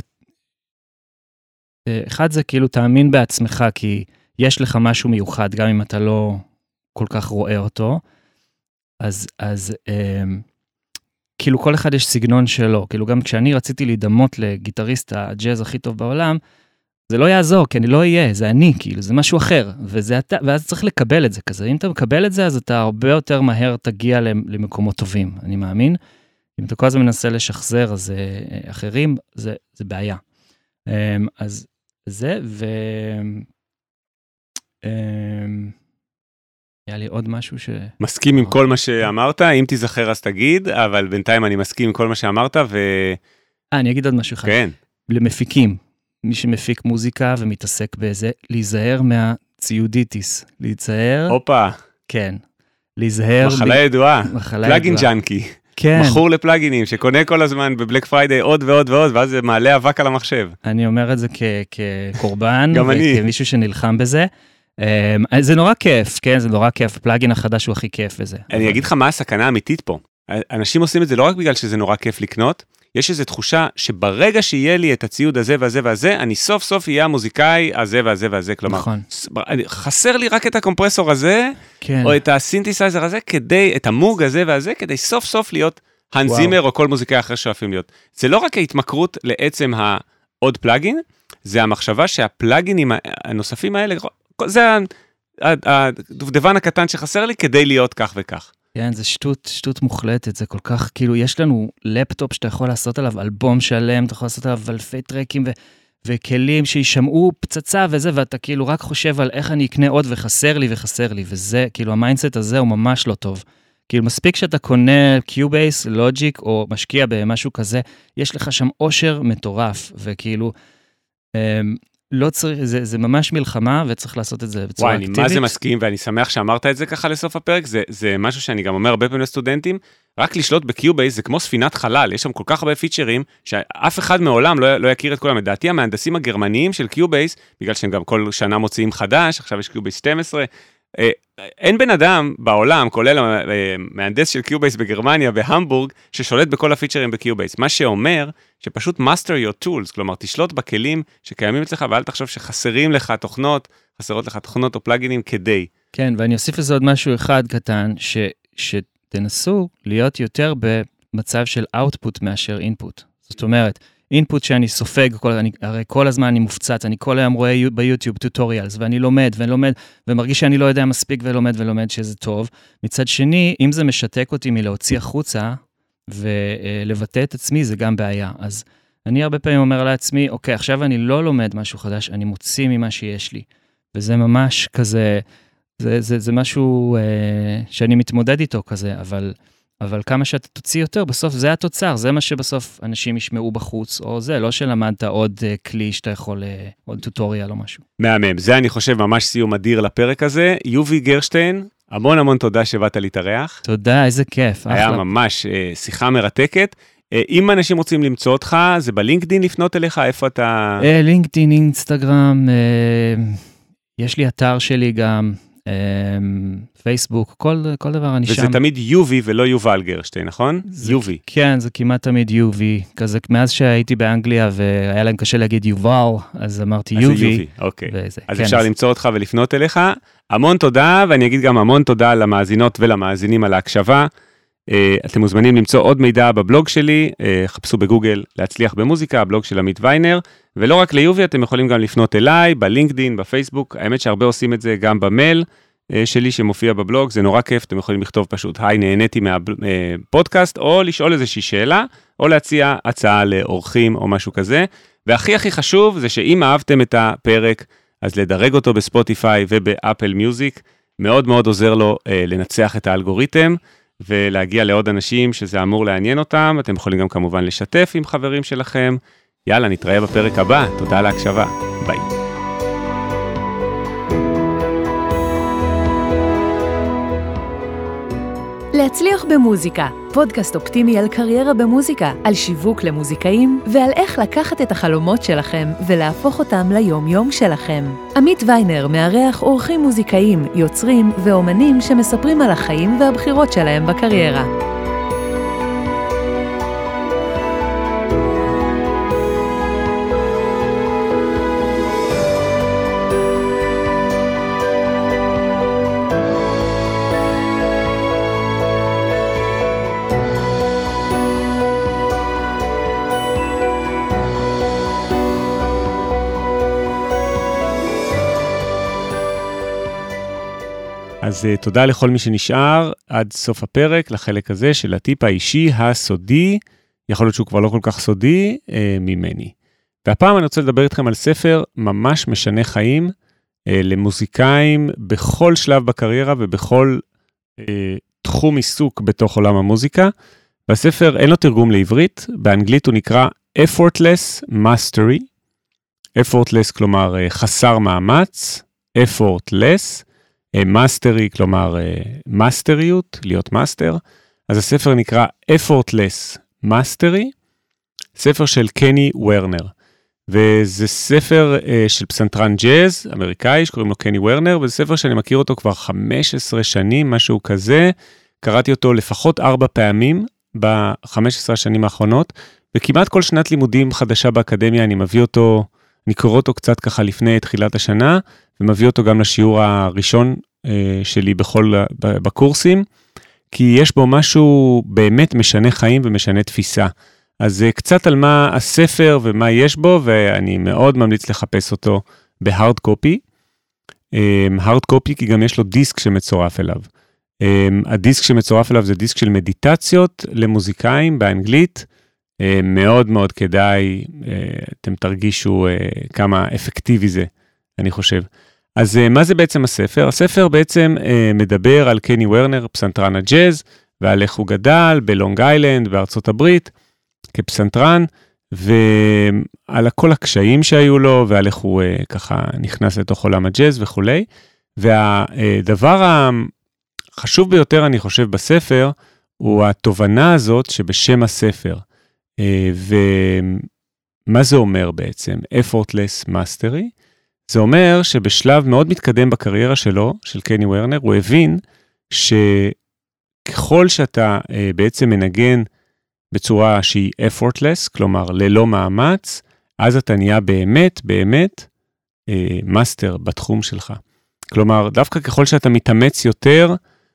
אחד זה כאילו תאמין בעצמך, כי יש לך משהו מיוחד, גם אם אתה לא כל כך רואה אותו, אז כאילו כל אחד יש סגנון שלו, כאילו גם כשאני רציתי להידמות לגיטריסט הג'אז הכי טוב בעולם, זה לא יעזור, כי אני לא אהיה, זה אני, כאילו, זה משהו אחר, ואז צריך לקבל את זה כזה. אם אתה מקבל את זה, אז אתה הרבה יותר מהר תגיע למקומות טובים, אני מאמין. אם אתה כל הזמן מנסה לשחזר, אז אחרים, זה בעיה. אז זה, היה לי עוד משהו מסכים עם כל מה שאמרת, אם תיזכר אז תגיד, אבל בינתיים אני מסכים עם כל מה שאמרת, אני אגיד עוד משהו אחד. כן. למפיקים, מי שמפיק מוזיקה ומתעסק בזה, להיזהר מהציודיטיס. להיזהר... הופה. כן. להיזהר... מחלה ידועה. פלאגין ג'אנקי. כן. מכור לפלאגינים, שקונה כל הזמן בבלק פריידיי עוד ועוד ועוד, ואז זה מעלה אבק על המחשב. אני אומר את זה כקורבן. גם אני. וכמישהו שנלחם בזה. זה נורא כיף, כן? זה נורא כיף. הפלאגין החדש הוא הכי כיף וזה. אני אגיד לך מה הסכנה האמיתית פה. אנשים עושים את זה לא רק בגלל שזה נורא כיף לקנות, יש איזו תחושה שברגע שיהיה לי את הציוד הזה והזה והזה, אני סוף סוף יהיה המוזיקאי הזה והזה והזה. כלומר, נכון. חסר לי רק את הקומפרסור הזה, כן. או את הסינתסייזר הזה, כדי, את המוג הזה והזה, כדי סוף סוף להיות הנס זימר או כל מוזיקאי אחר שאוהבים להיות. זה לא רק ההתמכרות לעצם העוד פלאגין, זה המחשבה שהפלאגינים הנוספים האלה, זה הדובדבן הקטן שחסר לי כדי להיות כך וכך. כן, זה שטות מוחלטת, זה כל כך, כאילו, יש לנו לפטופ שאתה יכול לעשות עליו אלבום שלם, אתה יכול לעשות עליו אלפי טרקים וכלים שישמעו פצצה וזה, ואתה כאילו רק חושב על איך אני אקנה עוד וחסר לי, וזה, כאילו, המיינדסט הזה הוא ממש לא טוב. כאילו, מספיק שאתה קונה קיובייס, לוג'יק, או משקיע במשהו כזה, יש לך שם עושר מטורף, וכאילו, לא צריך, זה ממש מלחמה, וצריך לעשות את זה בצורה אקטיבית. וואי, אני מה זה מסכים, ואני שמח שאמרת את זה ככה לסוף הפרק, זה משהו שאני גם אומר הרבה פעמים לסטודנטים, רק לשלוט בקיובייס זה כמו ספינת חלל, יש שם כל כך הרבה פיצ'רים, שאף אחד מעולם לא יכיר את כולם. לדעתי, המהנדסים הגרמניים של קיובייס, בגלל שהם גם כל שנה מוציאים חדש, עכשיו יש קיובייס 12, אין בן אדם בעולם, כולל המהנדס של קיובייס בגרמניה, בהמבורג, ששולט בכל הפיצ'רים בקיובייס. מה שאומר שפשוט master your tools, כלומר, תשלוט בכלים שקיימים אצלך, ואל תחשוב שחסרים לך תוכנות, חסרות לך תוכנות או פלאגינים כדי. כן, ואני אוסיף לזה עוד משהו אחד קטן, שתנסו להיות יותר במצב של output מאשר input. זאת אומרת, input שאני סופג, הרי כל הזמן אני מופצץ, אני כל היום רואה ביוטיוב טוטוריאלס, ואני לומד, ומרגיש שאני לא יודע מספיק ולומד שזה טוב. מצד שני, אם זה משתק אותי מלהוציא החוצה, ולבטא את עצמי, זה גם בעיה. אז אני הרבה פעמים אומר לעצמי, אוקיי, עכשיו אני לא לומד משהו חדש, אני מוציא ממה שיש לי. וזה ממש כזה, זה משהו שאני מתמודד איתו כזה, אבל כמה שאתה תוציא יותר, בסוף זה התוצר, זה מה שבסוף אנשים ישמעו בחוץ, או זה, לא שלמדת עוד כלי שאתה יכול, עוד טוטוריאל או משהו. מהמם, זה אני חושב ממש סיום אדיר לפרק הזה. יובי גרשטיין, המון טודה שבאת להתארח. תודה, איזה כיף. היה אחלה. ממש שיחה מרתקת. אם אנשים רוצים למצוא אותך, זה בלינקדין לפנות אליך, איפה אתה? לינקדין, אינסטגרם, יש לי אתר שלי גם, פייסבוק, כל דבר אני שם. וזה תמיד יובי ולא יובל גרשטיין, נכון? יובי. כן, זה כמעט תמיד יובי. כזה, מאז שהייתי באנגליה והיה להם קשה להגיד יובל, אז אמרתי יובי. אז יובי, אוקיי. אז אפשר למצוא אותך ולפנות אליך. המון תודה, ואני אגיד גם המון תודה למאזינות ולמאזינים על ההקשבה. אתם מוזמנים למצוא עוד מידע בבלוג שלי, חפשו בגוגל להצליח במוזיקה, הבלוג של עמית ויינר, ולא רק ליובי, אתם יכולים גם לפנות אליי, בלינקדין, בפייסבוק, האמת שהרבה עושים את זה גם במייל שלי שמופיע בבלוג, זה נורא כיף, אתם יכולים לכתוב פשוט, היי, נהניתי מהפודקאסט, או לשאול איזושהי שאלה, או להציע הצעה לאורחים או משהו כזה, והכי חשוב זה שאם אהבתם את הפרק, אז לדרג אותו בספוטיפיי ובאפל מיוזיק, מאוד עוזר לו לנצח את האלגוריתם, ולהגיע לעוד אנשים שזה אמור לעניין אותם. אתם יכולים גם כמובן לשתף עם חברים שלכם. יאללה, נתראה בפרק הבא. תודה על ההקשבה. ביי. להצליח במוזיקה, פודקאסט אופטימי על קריירה במוזיקה, על שיווק למוזיקאים ועל איך לקחת את החלומות שלכם ולהפוך אותם ליום-יום שלכם. עמית ויינר מארח אורחים מוזיקאים, יוצרים ואומנים שמספרים על החיים והבחירות שלהם בקריירה. אז תודה לכל מי שנשאר עד סוף הפרק, לחלק הזה של הטיפ האישי הסודי, יכול להיות שהוא כבר לא כל כך סודי, ממני. והפעם אני רוצה לדבר איתכם על ספר ממש משנה חיים, למוזיקאים בכל שלב בקריירה ובכל תחום עיסוק בתוך עולם המוזיקה. והספר אין לו תרגום לעברית, באנגלית הוא נקרא Effortless Mastery, Effortless כלומר חסר מאמץ, Effortless, Mastery כלומר מאסטריות, להיות מאסטר, אז הספר נקרא Effortless Mastery, ספר של קני וורנר, וזה ספר של פסנתרן ג'אז אמריקאי שקוראים לו קני וורנר, וזה ספר שאני מכיר אותו כבר 15 שנים, משהו כזה, קראתי אותו לפחות 4 פעמים ב-15 השנים האחרונות, וכמעט כל שנת לימודים חדשה באקדמיה אני מביא אותו, אני קורא אותו קצת ככה לפני תחילת השנה, ומביא אותו גם לשיעור הראשון שלי בקורסים, כי יש בו משהו באמת משנה חיים ומשנה תפיסה. אז קצת על מה הספר ומה יש בו, ואני מאוד ממליץ לחפש אותו בהארד קופי. הארד קופי כי גם יש לו דיסק שמצורף אליו. הדיסק שמצורף אליו זה דיסק של מדיטציות למוזיקאים באנגלית, מאוד מאוד כדאי, אתם תרגישו כמה אפקטיבי זה, אני חושב. אז מה זה בעצם הספר? הספר בעצם מדבר על קני וורנר, פסנתרן הג'אז, ועל איך הוא גדל בלונג איילנד, בארצות הברית, כפסנתרן, ועל כל הקשיים שהיו לו, ועל איך הוא ככה נכנס לתוך עולם הג'אז וכו'. והדבר החשוב ביותר, אני חושב, בספר, הוא התובנה הזאת שבשם הספר. ומה זה אומר בעצם? Effortless Mastery. זה אומר שבשלב מאוד מתקדם בקריירה שלו, של קני וורנר, הוא הבין שככל שאתה בעצם מנגן בצורה שהיא effortless, כלומר ללא מאמץ, אז אתה נהיה באמת מאסטר בתחום שלך. כלומר, דווקא ככל שאתה מתאמץ יותר,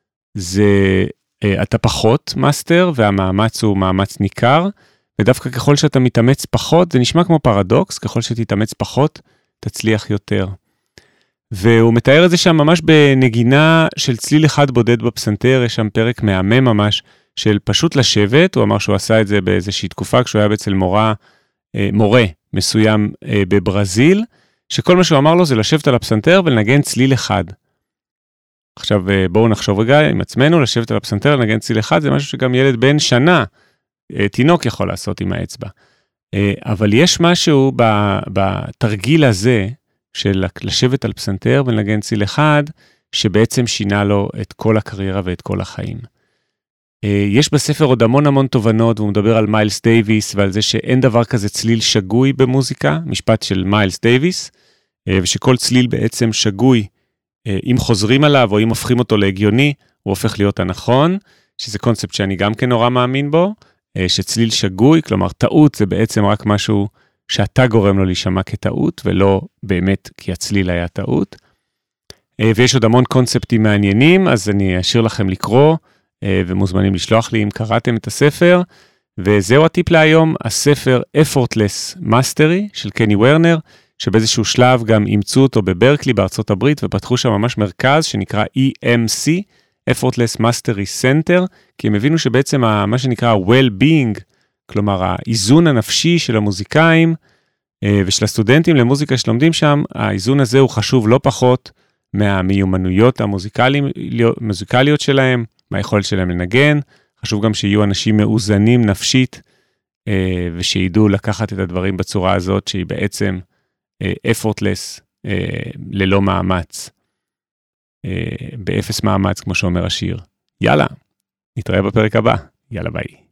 אתה פחות מאסטר, והמאמץ הוא מאמץ ניכר, ודווקא ככל שאתה מתאמץ פחות, זה נשמע כמו פרדוקס, ככל שתתאמץ פחות, תצליח יותר. והוא מתאר את זה שם ממש בנגינה של צליל אחד בודד בפסנתר, יש שם פרק מהמם ממש, של פשוט לשבת, הוא אמר שהוא עשה את זה באיזושהי תקופה, כשהוא היה אצל מורה מסוים בברזיל, שכל מה שהוא אמר לו זה לשבת על הפסנתר ולנגן צליל אחד. עכשיו בואו נחשוב רגע עם עצמנו, לשבת על הפסנתר ולנגן צליל אחד, זה משהו שגם ילד בן שנה, תינוק יכול לעשות עם האצבע. אבל יש משהו בתרגיל הזה, של לשבת על פסנתר ולנגן צליל אחד, שבעצם שינה לו את כל הקריירה ואת כל החיים. יש בספר עוד המון תובנות, והוא מדבר על מיילס דייביס, ועל זה שאין דבר כזה צליל שגוי במוזיקה, משפט של מיילס דייביס, ושכל צליל בעצם שגוי, אם חוזרים עליו, או אם הופכים אותו להגיוני, הוא הופך להיות הנכון, שזה קונספט שאני גם כן נורא מאמין בו, שצליל שגוי, כלומר טעות זה בעצם רק משהו שאתה גורם לו להישמע כטעות, ולא באמת כי הצליל היה טעות. ויש עוד המון קונספטים מעניינים, אז אני אשאיר לכם לקרוא, ומוזמנים לשלוח לי אם קראתם את הספר, וזהו הטיפ להיום, הספר Effortless Mastery של קני וורנר, שבאיזשהו שלב גם אימצו אותו בברקלי בארצות הברית, ופתחו שם ממש מרכז שנקרא EMC, Effortless Mastery Center, כי הם הבינו שבעצם מה שנקרא well-being, כלומר האיזון הנפשי של המוזיקאים ושל הסטודנטים למוזיקה שלומדים שם, האיזון הזה הוא חשוב לא פחות מהמיומנויות המוזיקליות שלהם, מהיכולת שלהם לנגן, חשוב גם שיהיו אנשים מאוזנים נפשית, ושידעו לקחת את הדברים בצורה הזאת, שהיא בעצם effortless, ללא מאמץ, באפס מאמץ, כמו שאומר השיר. יאללה, נתראה בפרק הבא. יאללה ביי.